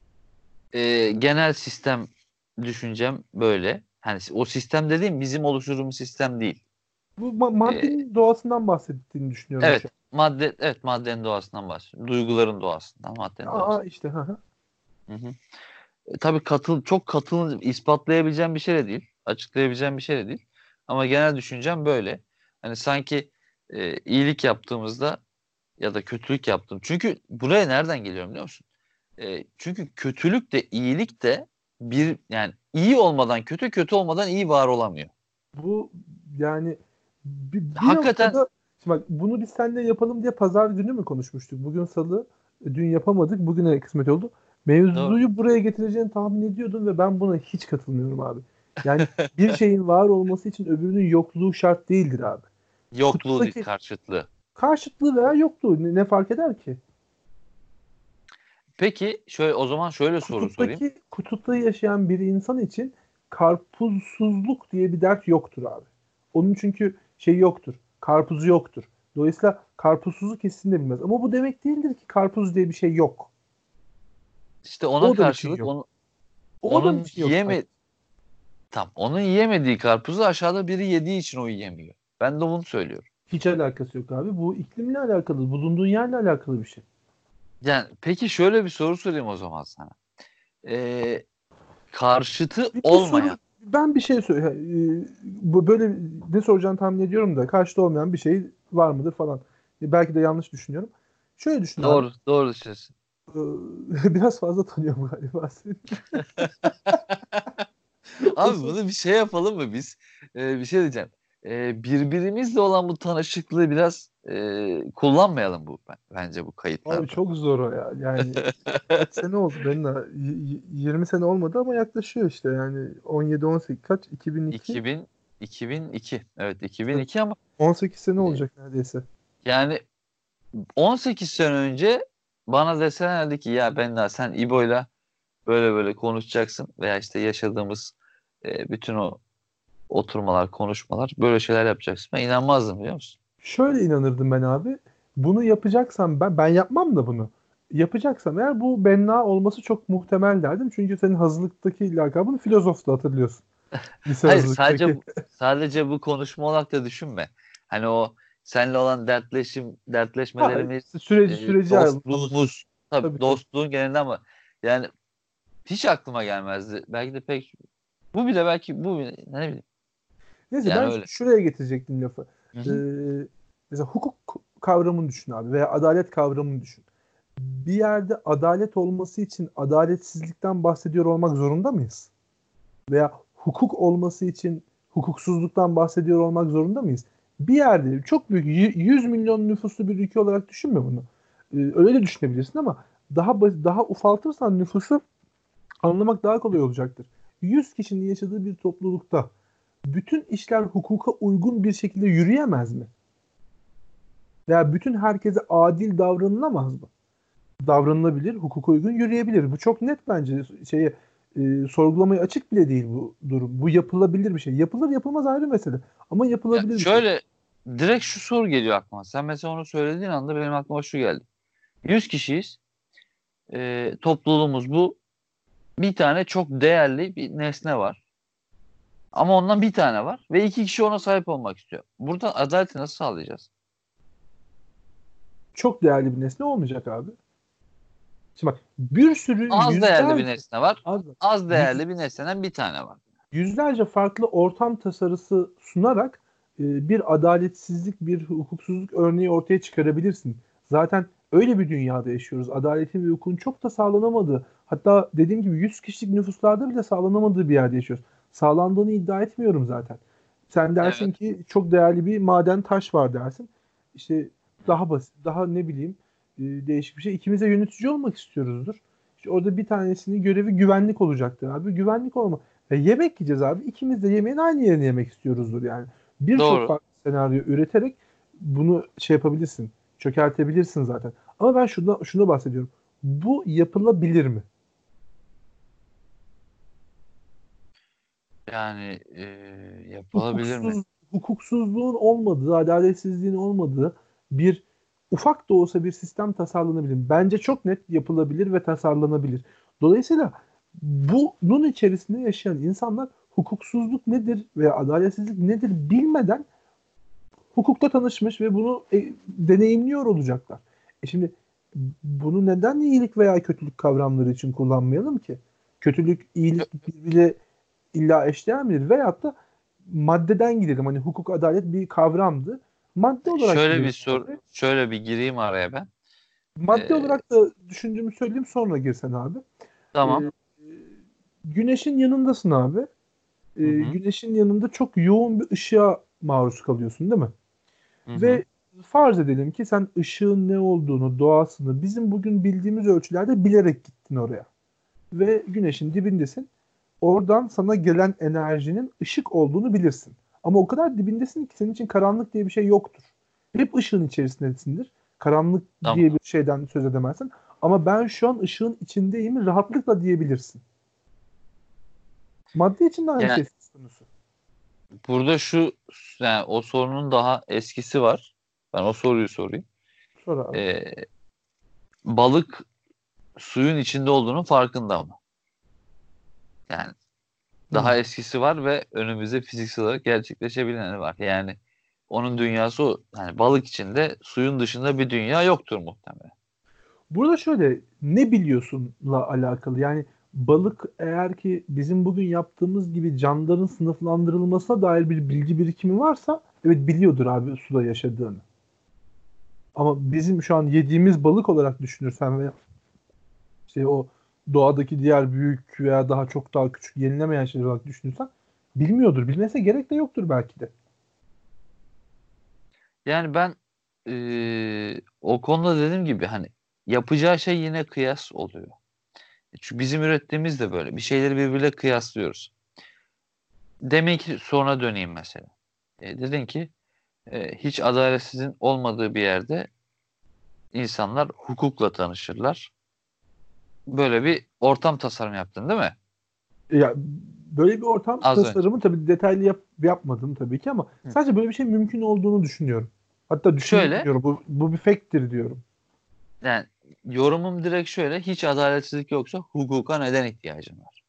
E, genel sistem düşüncem böyle. Hani o sistem dediğim bizim oluşturduğumuz sistem değil. Bu ma- E, maddenin doğasından bahsettiğini düşünüyorum evet, şu madde evet maddenin doğasından bahsediyorum. Duyguların doğasından, maddenin an. Aa doğasından. işte. Hı hı. Hı hı. E, tabii katıl çok katıl ispatlayabileceğim bir şey de değil. Açıklayabileceğim bir şey de değil. Ama genel düşüncem böyle. Hani sanki e, iyilik yaptığımızda ya da kötülük yaptım. Çünkü buraya nereden geliyorum biliyor musun? E, çünkü kötülük de iyilik de bir, yani iyi olmadan kötü, kötü olmadan iyi var olamıyor. Bu yani bir, bir Hakikaten noktada şimdi bak bunu biz seninle yapalım diye pazar günü mü konuşmuştuk? Bugün salı, e, dün yapamadık. Bugüne kısmet oldu. doğru. Mevzuyu buraya getireceğini tahmin ediyordum ve ben buna hiç katılmıyorum abi. Yani bir şeyin var olması için öbürünün yokluğu şart değildir abi. Yokluğu değil, Kutuptaki karşıtlığı. karşıtlığı veya yokluğu ne, ne fark eder ki? Peki şöyle, o zaman şöyle soru sorayım. Kutuptaki kutupta yaşayan bir insan için karpuzsuzluk diye bir dert yoktur abi. Onun çünkü şey yoktur. Karpuzu yoktur. Dolayısıyla karpuzsuzu kesin de bilmez. Ama bu demek değildir ki karpuz diye bir şey yok. İşte ona O da için karşılık yok. onu, O da onun için yok yiyeme sadece. tam onun yiyemediği karpuzu aşağıda biri yediği için o yiyemiyor. Ben de bunu söylüyorum. Hiç alakası yok abi. Bu iklimle alakalı, bulunduğun yerle alakalı bir şey. Yani peki şöyle bir soru sorayım o zaman sana. Ee, Karşıtı Bir, bir soru olmayan. ben bir şey söyle. e, Bu böyle ne soracağını tahmin ediyorum da karşıda olmayan bir şey var mıdır falan. E, Belki de yanlış düşünüyorum. Şöyle düşün abi. Doğru, doğru düşünüyorsun. Ee, Biraz fazla tanıyorum galiba seni. O Abi sor- bunu bir şey yapalım mı biz? Ee, bir şey diyeceğim. Ee, birbirimizle olan bu tanışıklığı biraz e, kullanmayalım bu bence bu Abi kayıtlarda. çok zor o ya. Yani kaç sene oldu benim de y- y- yirmi sene olmadı ama yaklaşıyor işte yani on yedi on sekiz kaç iki bin iki iki bin iki bin iki. Evet, evet, iki bin iki ama on sekiz sene e, olacak neredeyse. yani on sekiz sene önce bana deselerdi ki ya ben daha sen İbo'yla böyle böyle konuşacaksın veya işte yaşadığımız e, bütün o oturmalar, konuşmalar, böyle şeyler yapacaksın. Ben inanmazdım, biliyor musun? Şöyle inanırdım ben abi. Bunu yapacaksam ben ben yapmam da bunu. Yapacaksam eğer bu benna olması çok muhtemel derdim. Çünkü senin hazırlıktaki lakabın filozoftu hatırlıyorsun. Lise Hayır, sadece hazırlıktaki. bu- sadece bu konuşma olarak da düşünme. Hani o seninle olan dertleşim, Ha, dertleşmelerimiz, süreci e, süreci anlatıyorsun. dostluğumuz, tabii Tabii tabii. dostluğun genelinde, ama yani hiç aklıma gelmezdi. Belki de pek bu bile belki bu bile, ne bileyim. Neyse Yani ben öyle. şuraya getirecektim lafı. Hı Ee, hı. Mesela hukuk kavramını düşün abi veya adalet kavramını düşün. Bir yerde adalet olması için adaletsizlikten bahsediyor olmak zorunda mıyız? Veya hukuk olması için hukuksuzluktan bahsediyor olmak zorunda mıyız? Bir yerde çok büyük y- yüz milyon nüfuslu bir ülke olarak düşünme bunu. Ee, öyle de düşünebilirsin ama daha bas- daha ufaltırsan nüfusu Anlamak daha kolay olacaktır. yüz kişinin yaşadığı bir toplulukta bütün işler hukuka uygun bir şekilde yürüyemez mi? Veya bütün herkese adil davranılamaz mı? Davranılabilir, hukuka uygun yürüyebilir. Bu çok net bence. Şeye e, sorgulamaya açık bile değil bu durum. Bu yapılabilir bir şey. Yapılır yapılmaz ayrı mesele. Ama Ya yapılabilir bir şey. şöyle direkt şu soru geliyor aklıma. Sen mesela onu söylediğin anda benim aklıma şu geldi. yüz kişiyiz. Ee, topluluğumuz bu. Bir tane çok değerli bir nesne var. Ama ondan bir tane var. Ve iki kişi ona sahip olmak istiyor. Burada adaleti nasıl sağlayacağız? Çok değerli bir nesne olmayacak abi. Şimdi bak bir sürü Az değerli bir yüzlerce nesne var. az, Az yüz, değerli bir nesneden bir tane var. yüzlerce farklı ortam tasarısı sunarak e, bir adaletsizlik, bir hukuksuzluk örneği ortaya çıkarabilirsin. Zaten öyle bir dünyada yaşıyoruz. Adaletin ve hukukun çok da sağlanamadığı, hatta dediğim gibi yüz kişilik nüfuslarda bile sağlanamadığı bir yerde yaşıyoruz. Sağlandığını iddia etmiyorum zaten. Sen Evet. dersin ki çok değerli bir maden taş var dersin. İşte daha basit, daha ne bileyim e, değişik bir şey. İkimiz de yönetici olmak istiyoruzdur. İşte orada bir tanesinin görevi güvenlik olacaktır abi. Güvenlik olma. E, yemek yiyeceğiz abi. İkimiz de yemeğin aynı yerini yemek istiyoruzdur yani. Birçok Doğru. farklı senaryo üreterek bunu şey yapabilirsin. Çökertebilirsin zaten. Ama ben şunda, şunu bahsediyorum. Bu yapılabilir mi? Yani e, yapılabilir mi? Hukuksuz, hukuksuzluğun olmadığı, adaletsizliğin olmadığı bir ufak da olsa bir sistem tasarlanabilir. Bence çok net yapılabilir ve tasarlanabilir. Dolayısıyla bunun içerisinde yaşayan insanlar hukuksuzluk nedir veya adaletsizlik nedir bilmeden hukukta tanışmış ve bunu e, deneyimliyor olacaklar. E şimdi bunu neden iyilik veya kötülük kavramları için kullanmayalım ki? Kötülük, iyilik birbiriyle illa eşdeğer midir? Veyahut da maddeden gidelim. Hani hukuk, adalet bir kavramdı. Madde olarak Şöyle bir gidelim sor, abi. şöyle bir gireyim araya ben. Madde E, olarak da düşündüğümü söyleyeyim sonra girsen abi. tamam. Ee, güneşin yanındasın abi. Ee, Hı hı. güneşin yanında çok yoğun bir ışığa maruz kalıyorsun değil mi? Hı hı. Ve farz edelim ki sen ışığın ne olduğunu, doğasını bizim bugün bildiğimiz ölçülerde bilerek gittin oraya. Ve güneşin dibindesin. Oradan sana gelen enerjinin ışık olduğunu bilirsin. Ama o kadar dibindesin ki senin için karanlık diye bir şey yoktur. Hep ışığın içerisindesindir. Karanlık diye Tamam. bir şeyden söz edemezsin. Ama ben şu an ışığın içindeyim rahatlıkla diyebilirsin. Madde için de aynı Yani şey söz konusu. burada şu yani o sorunun daha eskisi var. Ben o soruyu sorayım. Sonra abi. E, balık suyun içinde olduğunun farkında mı? Yani Hmm. daha eskisi var ve önümüzde fiziksel olarak gerçekleşebileni var. Yani onun dünyası o. Yani balık içinde suyun dışında bir dünya yoktur muhtemelen. Burada şöyle ne biliyorsunla alakalı. Yani balık eğer ki bizim bugün yaptığımız gibi canlıların sınıflandırılmasına dair bir bilgi birikimi varsa evet biliyordur abi suda yaşadığını. Ama bizim şu an yediğimiz balık olarak düşünürsen ve işte o doğadaki diğer büyük veya daha çok daha küçük yenilemeyen şeyler olarak düşünürsen bilmiyordur. Bilmese gerek de yoktur belki de. Yani ben eee, o konuda dediğim gibi hani yapacağı şey yine kıyas oluyor. Çünkü bizim ürettiğimiz de böyle. Bir şeyleri birbiriyle kıyaslıyoruz. Demek ki sonra döneyim mesela. E, dedin ki e, hiç adaletsizin olmadığı bir yerde insanlar hukukla tanışırlar. Böyle bir ortam tasarım yaptın değil mi? Ya böyle bir ortam Az önce. tasarımı tabii detaylı yap, yapmadım tabii ki ama Hı. sadece böyle bir şey mümkün olduğunu düşünüyorum. Hatta düşünüyorum Şöyle diyorum. Bu, bu bir fake'tir diyorum. yani yorumum direkt şöyle. Hiç adaletsizlik yoksa hukuka neden ihtiyacın var?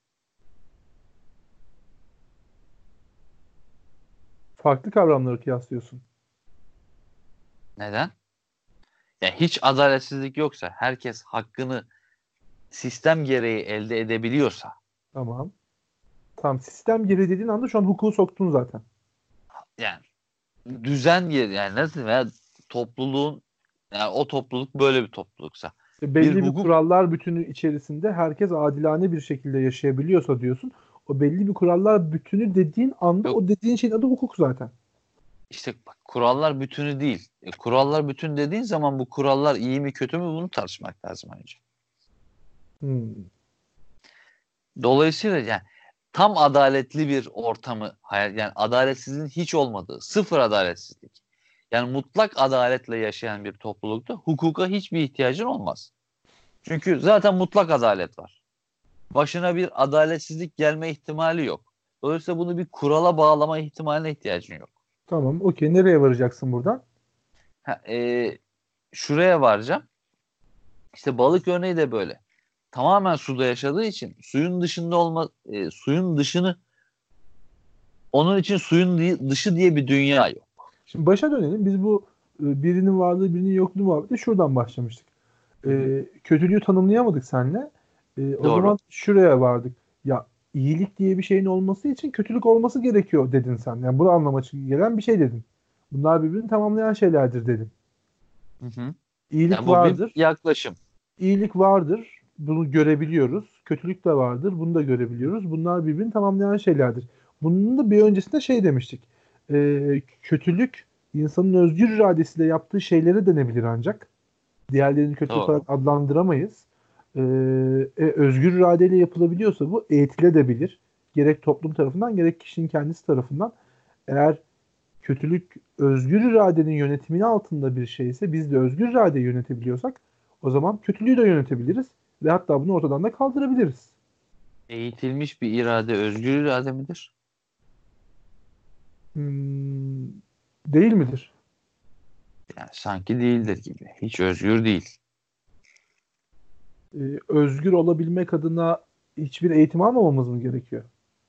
Farklı kavramları kıyaslıyorsun. Neden? Yani hiç adaletsizlik yoksa herkes hakkını sistem gereği elde edebiliyorsa Tamam. Tamam. Sistem geri dediğin anda şu an hukuku soktun zaten. yani düzen geri yani nasıl veya topluluğun yani o topluluk böyle bir topluluksa İşte bir belli bir hukuk kurallar bütünü içerisinde herkes adilane bir şekilde yaşayabiliyorsa diyorsun. O belli bir kurallar bütünü dediğin anda yok o dediğin şeyin adı hukuk zaten. işte bak, kurallar bütünü değil. E, kurallar bütün dediğin zaman bu kurallar iyi mi kötü mü bunu tartışmak lazım önce. Hmm. Dolayısıyla yani tam adaletli bir ortamı hayal, yani adaletsizliğin hiç olmadığı, sıfır adaletsizlik. Yani mutlak adaletle yaşayan bir toplulukta hukuka hiçbir ihtiyacın olmaz. Çünkü zaten mutlak adalet var. Başına bir adaletsizlik gelme ihtimali yok. Dolayısıyla bunu bir kurala bağlama ihtimaline ihtiyacın yok. Tamam. Okey. Nereye varacaksın buradan? Ha, e, şuraya varacağım. İşte balık örneği de böyle. Tamamen suda yaşadığı için suyun dışında olma, e, suyun dışını onun için suyun di- dışı diye bir dünya yok. Şimdi başa dönelim. Biz bu e, birinin varlığı birinin yokluğu muhabbeti şuradan başlamıştık. Hı hı. E, kötülüğü tanımlayamadık seninle. E, o Doğru. zaman şuraya vardık. Ya iyilik diye bir şeyin olması için kötülük olması gerekiyor dedin sen. Yani bunu anlamak için gelen bir şey dedin. Bunlar birbirini tamamlayan şeylerdir dedin. Hı hı. İyilik Yani bu bir vardır. yaklaşım. İyilik vardır. Bunu görebiliyoruz. Kötülük de vardır. Bunu da görebiliyoruz. Bunlar birbirini tamamlayan şeylerdir. Bunun da bir öncesinde şey demiştik. Ee, kötülük insanın özgür iradesiyle yaptığı şeylere denebilir ancak. Diğerlerini kötülük olarak Doğru. adlandıramayız. Ee, e, özgür iradeyle yapılabiliyorsa bu eğitilebilir. Gerek toplum tarafından gerek kişinin kendisi tarafından. Eğer kötülük özgür iradenin yönetimini altında bir şeyse biz de özgür iradeyi yönetebiliyorsak o zaman kötülüğü de yönetebiliriz ve hatta bunu ortadan da kaldırabiliriz. Eğitilmiş bir irade özgür irade midir? Hmm, değil midir? Yani sanki değildir gibi. Hiç özgür değil. Ee, özgür olabilmek adına hiçbir eğitim almamamız mı gerekiyor?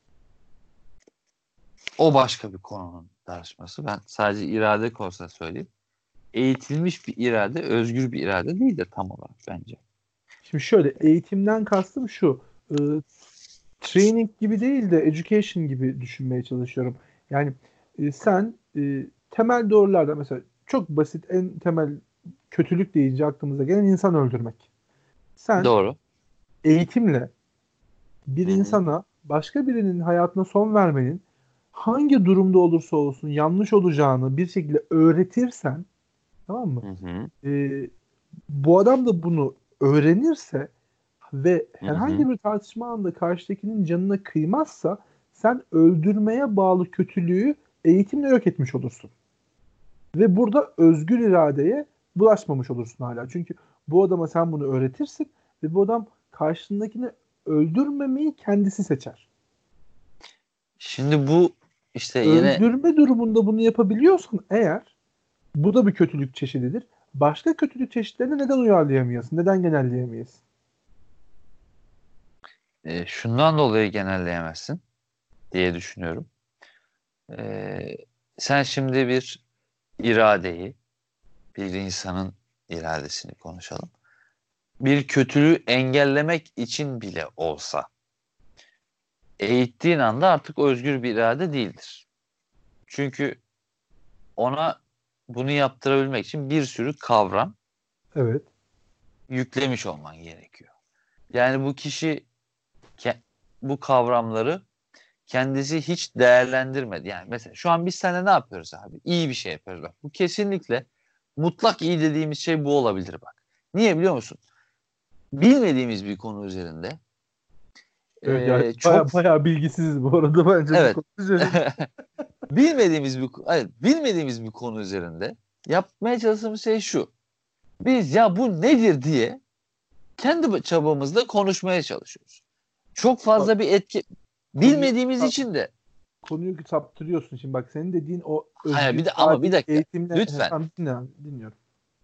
O başka bir konunun tartışması. Ben sadece irade konusunda söyleyeyim. Eğitilmiş bir irade özgür bir irade değildir tam olarak bence. Şimdi şöyle eğitimden kastım şu. e, Training gibi değil de education gibi düşünmeye çalışıyorum. Yani e, sen e, temel doğrularda mesela çok basit en temel kötülük deyince aklımıza gelen insan öldürmek. Sen Doğru. eğitimle bir Hı hı. insana başka birinin hayatına son vermenin hangi durumda olursa olsun yanlış olacağını bir şekilde öğretirsen, tamam mı? Hı hı. Ee, Bu adam da bunu öğrenirse ve Hı herhangi hı. bir tartışma anında karşıdakinin canına kıymazsa sen öldürmeye bağlı kötülüğü eğitimle yok etmiş olursun. Ve burada özgür iradeye bulaşmamış olursun hala. Çünkü bu adama sen bunu öğretirsin ve bu adam karşındakini öldürmemeyi kendisi seçer. Şimdi bu işte yine Öldürme durumunda bunu yapabiliyorsan eğer bu da bir kötülük çeşididir. Başka kötülük çeşitlerini neden uyarlayamayasın? Neden genelleyemeyiz? e, şundan dolayı genelleyemezsin diye düşünüyorum. E, sen şimdi bir iradeyi, bir insanın iradesini konuşalım. Bir kötülüğü engellemek için bile olsa eğittiğin anda artık özgür bir irade değildir. Çünkü ona bunu yaptırabilmek için bir sürü kavram Evet. yüklemiş olman gerekiyor. Yani bu kişi ke- bu kavramları kendisi hiç değerlendirmedi. Yani mesela şu an biz seninle ne yapıyoruz abi? İyi bir şey yapıyoruz bak. Bu kesinlikle mutlak iyi dediğimiz şey bu olabilir bak. Niye biliyor musun? Bilmediğimiz bir konu üzerinde Evet yani e, çok baya baya bilgisiziz bu arada bence bu evet konu üzerinde. bilmediğimiz bir evet, bilmediğimiz bir konu üzerinde yapmaya çalıştığımız şey şu. Biz ya bu nedir diye kendi çabamızla konuşmaya çalışıyoruz. Çok Bak fazla bir etki konuyu bilmediğimiz için de konuyu saptırıyorsun. Şimdi bak senin dediğin o hayır özgür bir de ama bir iradeyi dakika eğitimle he, lütfen tamam dinle, dinliyorum.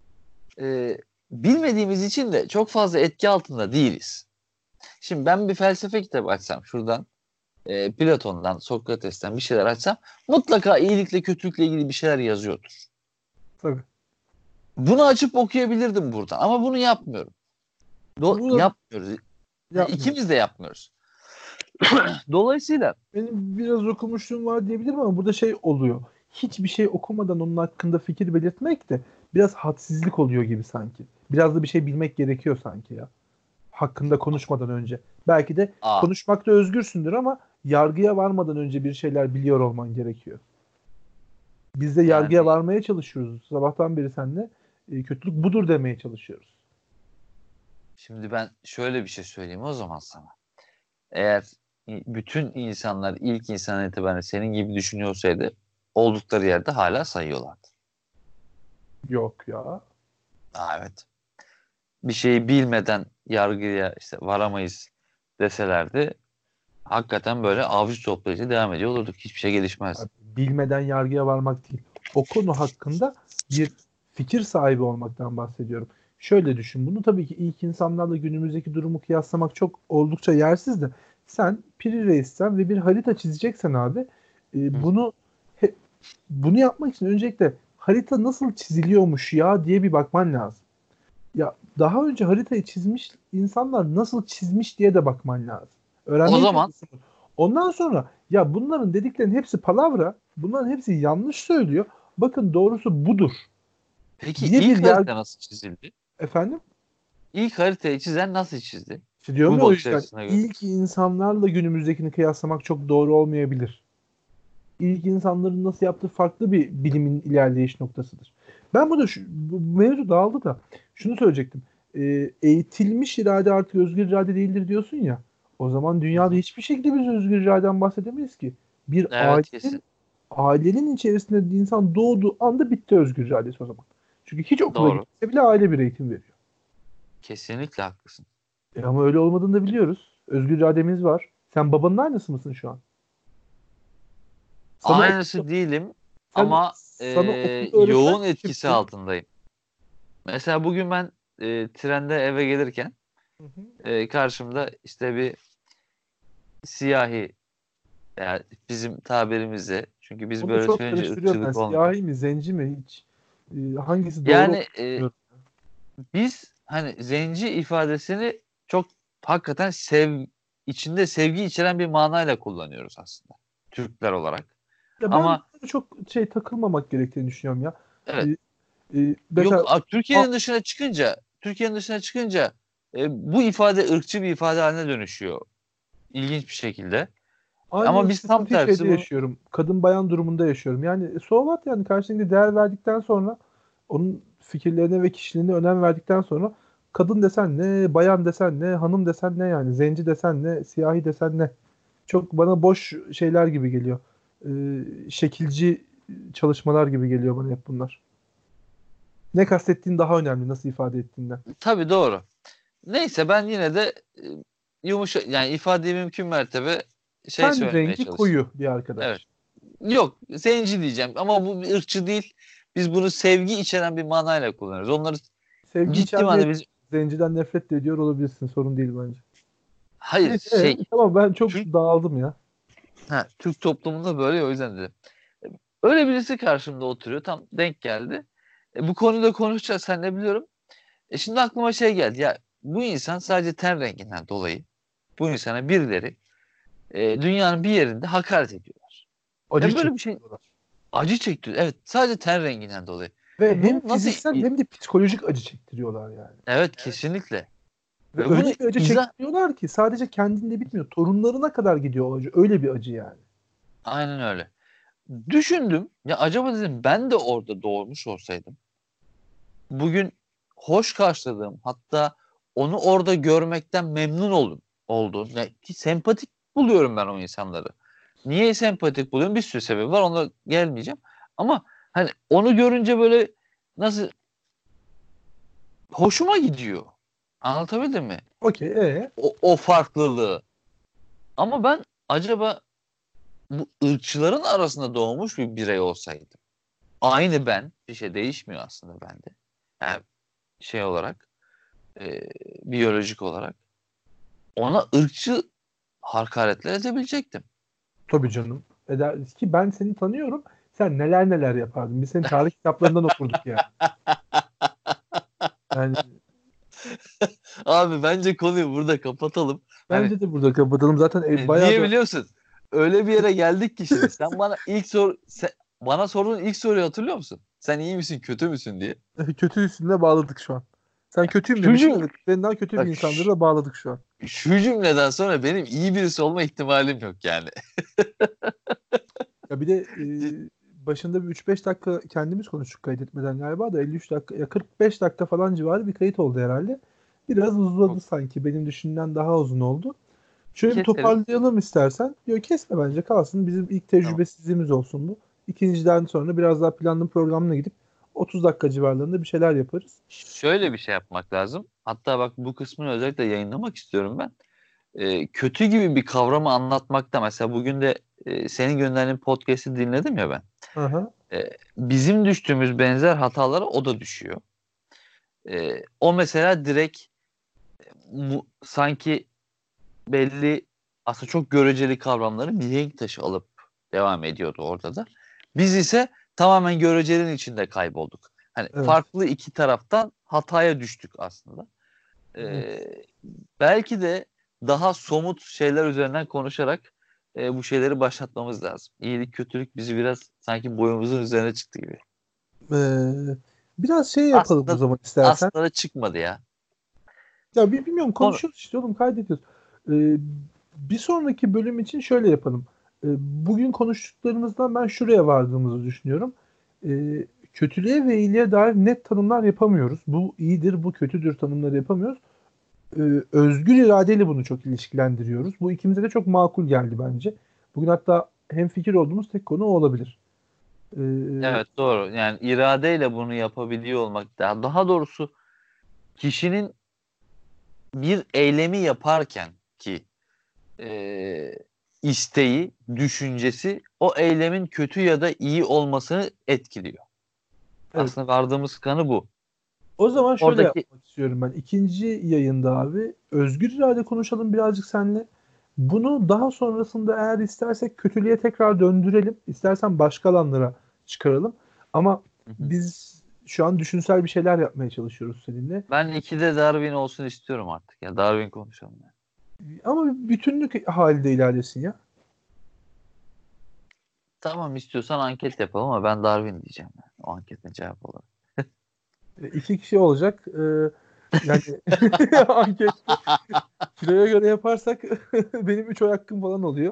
e, bilmediğimiz için de çok fazla etki altında değiliz. Şimdi ben bir felsefe kitabı açsam şuradan e, Platon'dan, Sokrates'ten bir şeyler açsam mutlaka iyilikle kötülükle ilgili bir şeyler yazıyordur. Tabii. Bunu açıp okuyabilirdim buradan ama bunu yapmıyorum. Do- Bunu da yapmıyoruz. Yani yapmıyoruz. ikimiz de yapmıyoruz. Dolayısıyla Benim biraz okumuşluğum var diyebilirim ama burada şey oluyor. Hiçbir şey okumadan onun hakkında fikir belirtmek de biraz hadsizlik oluyor gibi sanki. Biraz da bir şey bilmek gerekiyor sanki ya. Hakkında konuşmadan önce. Belki de a konuşmakta özgürsündür ama yargıya varmadan önce bir şeyler biliyor olman gerekiyor. Biz de yargıya yani varmaya çalışıyoruz. Sabahtan beri seninle e, kötülük budur demeye çalışıyoruz. şimdi ben şöyle bir şey söyleyeyim o zaman sana. eğer bütün insanlar ilk insan itibaren senin gibi düşünüyorsaydı oldukları yerde hala sayıyorlardı. Yok ya. Aa, evet. Bir şeyi bilmeden yargıya işte varamayız deselerdi hakikaten böyle avuç toplayıcı devam ediyor olurduk. Hiçbir şey gelişmezdi. Abi, bilmeden yargıya varmak değil. O konu hakkında bir fikir sahibi olmaktan bahsediyorum. Şöyle düşün. Bunu tabii ki ilk insanlarla günümüzdeki durumu kıyaslamak çok oldukça yersiz de sen Piri Reis'ten ve bir harita çizeceksen abi e, Hı. bunu he- bunu yapmak için öncelikle harita nasıl çiziliyormuş ya diye bir bakman lazım. Ya daha önce haritayı çizmiş insanlar nasıl çizmiş diye de bakman lazım. O Öğrenmeye zaman çalışıyorsun. Ondan sonra ya bunların dediklerinin hepsi palavra, bunların hepsi yanlış söylüyor. Bakın doğrusu budur peki diye bir ilk yer harita nasıl çizildi? efendim. İlk haritayı çizen nasıl çizdi? İşte diyorum Bu ya o bakış yüzden açısına göre. ilk insanlarla günümüzdekini kıyaslamak çok doğru olmayabilir. İlk insanların nasıl yaptığı farklı bir bilimin ilerleyiş noktasıdır. Ben bu da şu, bu mevzu dağıldı da şunu söyleyecektim. Ee, eğitilmiş irade artık özgür irade değildir diyorsun ya. O zaman Hı dünyada hı. hiçbir şekilde biz özgür iradeden bahsedemeyiz ki. Bir Evet, ailenin kesin. ailenin içerisinde insan doğduğu anda bitti özgür iradesi o zaman. Çünkü hiç okula Doğru. gitmese bile aile bir eğitim veriyor. Kesinlikle haklısın. E ama öyle olmadığını da biliyoruz. Özgür irademiz var. Sen babanın aynısı mısın şu an? Sana okul, Aynısı değilim sen ama e, sana okulda öğretilen yoğun etkisi kimsin? altındayım. Mesela bugün ben e, trende eve gelirken Hı hı. e, karşımda işte bir siyahi, yani bizim tabirimizle, çünkü biz Onu böyle çok söyleyince karıştırıyorum ben. ırkçılık olmuyor. Siyahi mi, zenci mi hiç? e, hangisi doğru Yani e, bilmiyorum. biz hani zenci ifadesini çok hakikaten sev içinde sevgi içeren bir manayla kullanıyoruz aslında Türkler olarak. Ya ben Ama bunlara çok şey takılmamak gerektiğini düşünüyorum ya. E, evet, e, yok, mesela a- a- Türkiye'nin dışına çıkınca Türkiye'nin dışına çıkınca e, bu ifade ırkçı bir ifade haline dönüşüyor. İlginç bir şekilde. aynı Ama biz tam sıkıntıyı şeyde tersi bunu yaşıyorum. Kadın bayan durumunda yaşıyorum. Yani so what yani karşındaki değer verdikten sonra onun fikirlerine ve kişiliğine önem verdikten sonra kadın desen ne, bayan desen ne, hanım desen ne yani, zenci desen ne, siyahi desen ne. Çok bana boş şeyler gibi geliyor. Ee, şekilci çalışmalar gibi geliyor bana hep bunlar. Ne kastettiğin daha önemli, nasıl ifade ettiğinden. tabii doğru. Neyse, ben yine de e, yumuşa yani ifadeyi mümkün mertebe şey Ten söylemeye rengi çalışacağım. koyu bir Evet. arkadaş. Yok, zenci diyeceğim ama bu bir ırkçı değil. Biz bunu sevgi içeren bir manayla kullanıyoruz. Onları Sevgi ciddi içermeyen manada biz, zenciden nefret de ediyor olabilirsin. Sorun değil bence. hayır Neyse, şey, e, tamam ben çok Türk dağıldım ya. ha, Türk toplumunda böyle ya, o yüzden dedim. Öyle birisi karşımda oturuyor. Tam denk geldi. E, bu konuyu da konuşacağız, sen ne biliyorum. E şimdi aklıma şey geldi. Ya bu insan sadece ten renginden dolayı bu insana birileri e, dünyanın bir yerinde hakaret ediyorlar. Acı Ya böyle bir şey, çekiyorlar. acı çektiriyor. Evet, sadece ten renginden dolayı. Ve E hem bunu nasıl fiziksel hem de psikolojik acı çektiriyorlar yani. evet, kesinlikle. Ve Ve bunu öyle bir acı izah çektiriyorlar ki sadece kendinde bitmiyor. Torunlarına kadar gidiyor o acı. Öyle bir acı yani. aynen öyle. Düşündüm. Ya acaba dedim, ben de orada doğmuş olsaydım bugün hoş karşıladığım, hatta onu orada görmekten memnun oldum. Oldu. Yani ki sempatik buluyorum ben o insanları. Niye sempatik buluyorum? Bir sürü sebebi var. Ona gelmeyeceğim. Ama hani onu görünce böyle nasıl hoşuma gidiyor. Anlatabildim mi? Okey. E O, o farklılığı. Ama ben acaba bu ırkçıların arasında doğmuş bir birey olsaydım. Aynı ben. Bir şey değişmiyor aslında bende. Yani şey olarak, e, biyolojik olarak ona ırkçı hakaretler edebilecektim. tabii canım. Eder, ki ben seni tanıyorum. Sen neler neler yapardın. Biz senin tarih kitaplarından okurduk yani. Yani Abi bence konuyu burada kapatalım. Hani bence de burada kapatalım. Zaten e, e, bayağı niye da biliyor musun? Öyle bir yere geldik ki şimdi. Sen bana ilk sor sen- bana sorduğun ilk soruyu hatırlıyor musun? Sen iyi misin, kötü müsün diye. kötü üstüne bağladık şu an. Sen kötüyüm Şu demiştin. cüm Evet. Senden kötü bir bak insanları şu, da bağladık şu an. şu cümleden sonra benim iyi birisi olma ihtimalim yok yani. Ya bir de e, başında bir üç beş dakika kendimiz konuştuk kaydetmeden galiba da elli üç dakika ya kırk beş dakika falan civarı bir kayıt oldu herhalde. Biraz uzadı Çok sanki. Benim düşündüğümden daha uzun oldu. Şöyle bir Keseriz. toparlayalım istersen. Yok kesme bence kalsın. Bizim ilk tecrübesizliğimiz olsun bu. İkinciden sonra biraz daha planlı programına gidip otuz dakika civarlarında bir şeyler yaparız. Şöyle bir şey yapmak lazım. Hatta bak bu kısmını özellikle yayınlamak istiyorum ben. Ee, kötü gibi bir kavramı anlatmakta mesela bugün de e, senin gönderdiğin podcast'i dinledim ya ben. Aha. Ee, bizim düştüğümüz benzer hatalara o da düşüyor. Ee, o mesela direkt mu, sanki belli aslında çok göreceli kavramları mihenk taşı alıp devam ediyordu orada da. Biz ise tamamen görecelinin içinde kaybolduk. Hani Evet. farklı iki taraftan hataya düştük aslında. Ee, Evet. belki de daha somut şeyler üzerinden konuşarak e, bu şeyleri başlatmamız lazım. İyilik kötülük bizi biraz sanki boyumuzun üzerine çıktı gibi. Ee, biraz şey yapalım o Aslında zaman istersen. aslında çıkmadı ya. Ya bi- bilmiyorum Konu, konuşuyoruz işte oğlum kaydediyoruz. Ee, bir sonraki bölüm için şöyle yapalım. Ee, bugün konuştuklarımızdan ben şuraya vardığımızı düşünüyorum. Ee, kötülüğe ve iyiliğe dair net tanımlar yapamıyoruz. Bu iyidir, bu kötüdür tanımları yapamıyoruz. Ee, özgür iradeyle bunu çok ilişkilendiriyoruz. Bu ikimize de çok makul geldi bence. Bugün hatta hemfikir olduğumuz tek konu o olabilir. Ee, evet doğru. Yani iradeyle bunu yapabiliyor olmak daha, daha doğrusu kişinin bir eylemi yaparken ki e, isteği, düşüncesi o eylemin kötü ya da iyi olmasını etkiliyor. evet. Aslında vardığımız kanı bu. O zaman şöyle Oradaki yapmak istiyorum ben. İkinci yayında abi özgür irade konuşalım birazcık seninle. Bunu daha sonrasında eğer istersek kötülüğe tekrar döndürelim. İstersen başka alanlara çıkaralım. Ama Hı hı. biz şu an düşünsel bir şeyler yapmaya çalışıyoruz seninle. Ben ikide Darwin olsun istiyorum artık ya. Darwin konuşalım yani. Ama bütünlük halinde ilerlesin ya. Tamam istiyorsan anket yapalım ama ben Darwin diyeceğim yani. O anketin cevabı olarak. E, İki kişi olacak. E, yani ankette kiloya göre yaparsak benim üç oy hakkım falan oluyor.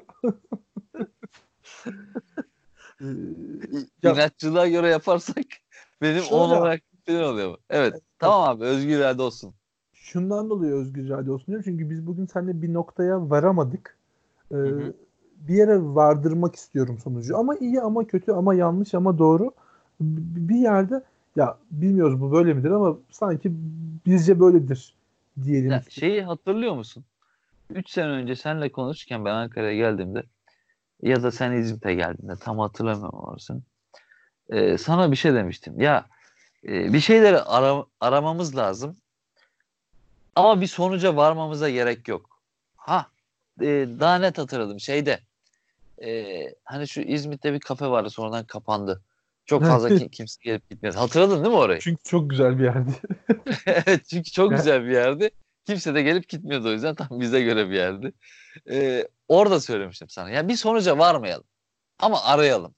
E, ya İnatçılığa göre yaparsak benim on şöyle olarak senin oluyor mu? Evet. Tamam abi özgür irade olsun. şundan dolayı özgür irade olsun diyorum. Çünkü biz bugün seninle bir noktaya varamadık. Ee, Hı hı. bir yere vardırmak istiyorum sonucu. Ama iyi ama kötü ama yanlış ama doğru. B- Bir yerde ya bilmiyoruz bu böyle midir ama sanki bizce böyledir diyelim. Ya, şeyi hatırlıyor musun? Üç sene önce seninle konuşurken ben Ankara'ya geldiğimde ya da sen İzmit'e geldiğinde tam hatırlamıyorum orasını. Ee, sana bir şey demiştim. Ya e, bir şeyleri ara- aramamız lazım ama bir sonuca varmamıza gerek yok. Ha e, daha net hatırladım şeyde. e, hani şu İzmit'te bir kafe vardı sonradan kapandı. Çok fazla ki- kimse gelip gitmedi. Hatırladın değil mi orayı? Çünkü çok güzel bir yerdi. Evet çünkü çok Yani güzel bir yerdi. Kimse de gelip gitmiyordu o yüzden tam bize göre bir yerdi. Ee, orada söylemiştim sana. Yani bir sonuca varmayalım ama arayalım.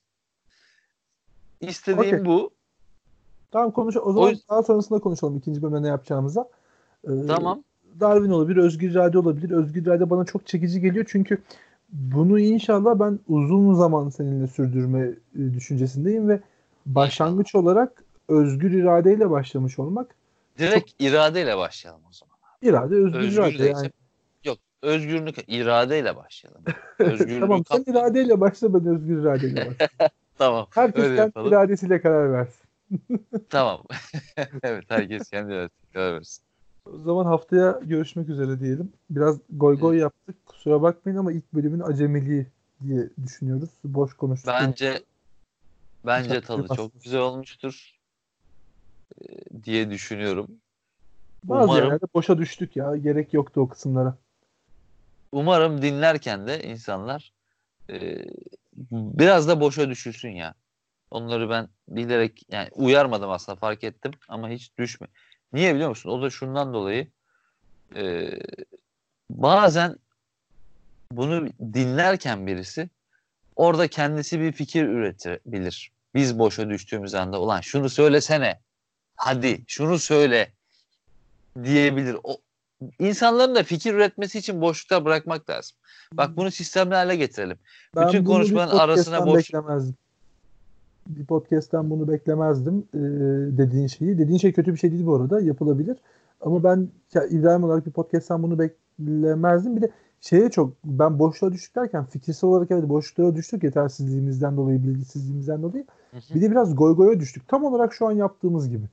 okey. İstediğim bu. Tamam konuş. O O zaman yüzden daha sonrasında konuşalım ikinci bölümde ne yapacağımıza. Ee, tamam. Darwin olabilir, özgür irade olabilir. Özgür irade bana çok çekici geliyor çünkü bunu inşallah ben uzun zaman seninle sürdürme e, düşüncesindeyim ve İnşallah. başlangıç olarak özgür iradeyle başlamış olmak çok Direkt iradeyle başlayalım o zaman. irade, özgür Özgür irade de yani. ise yok. Özgürlük iradeyle başlayalım. Özgürlüğü Tamam sen katmayalım. iradeyle başla ben özgür iradeyle başlayayım. Tamam. Herkes Öyle kendi yapalım. iradesiyle karar versin. Tamam. Evet herkes kendi iradesine karar versin. O zaman haftaya görüşmek üzere diyelim. Biraz goy Ee, goy yaptık. Kusura bakmayın ama ilk bölümün acemiliği diye düşünüyoruz. Boş konuştuk demek. bence İnşallah bence tadı çok duymazsınız. güzel olmuştur diye düşünüyorum. Bazı Umarım yerlerde boşa düştük ya. Gerek yoktu o kısımlara. umarım dinlerken de insanlar e, biraz da boşa düşülsün ya. Onları ben bilerek yani uyarmadım aslında fark ettim ama hiç düşme. Niye biliyor musun? O da şundan dolayı e, bazen bunu dinlerken birisi orada kendisi bir fikir üretebilir. Biz boşa düştüğümüz anda ulan şunu söylesene hadi şunu söyle diyebilir. O insanların da fikir üretmesi için boşlukta bırakmak lazım. Bak bunu sistemli hale getirelim. Bütün Ben bunu bir konuşmanın arasına podcast'ten boş. beklemezdim. Bir podcast'ten bunu beklemezdim ee, dediğin şeyi. Dediğin şey kötü bir şey değil bu arada. Yapılabilir. Ama ben ya İbrahim olarak bir podcast'ten bunu beklemezdim. Bir de Şeye çok ben boşluğa düştük derken fikirsel olarak evet boşluğa düştük yetersizliğimizden dolayı, bilgisizliğimizden dolayı. Hı hı. Bir de biraz goy goya düştük. Tam olarak şu an yaptığımız gibi.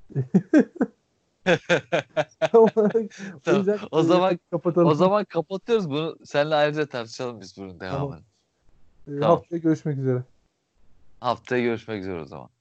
Tam olarak o Tamam. yüzden O e, zaman o kapatalım. zaman kapatıyoruz bunu. Seninle ayrıca tartışalım biz bunun Tamam. devamını. E, Tamam. haftaya görüşmek üzere. Haftaya görüşmek üzere o zaman.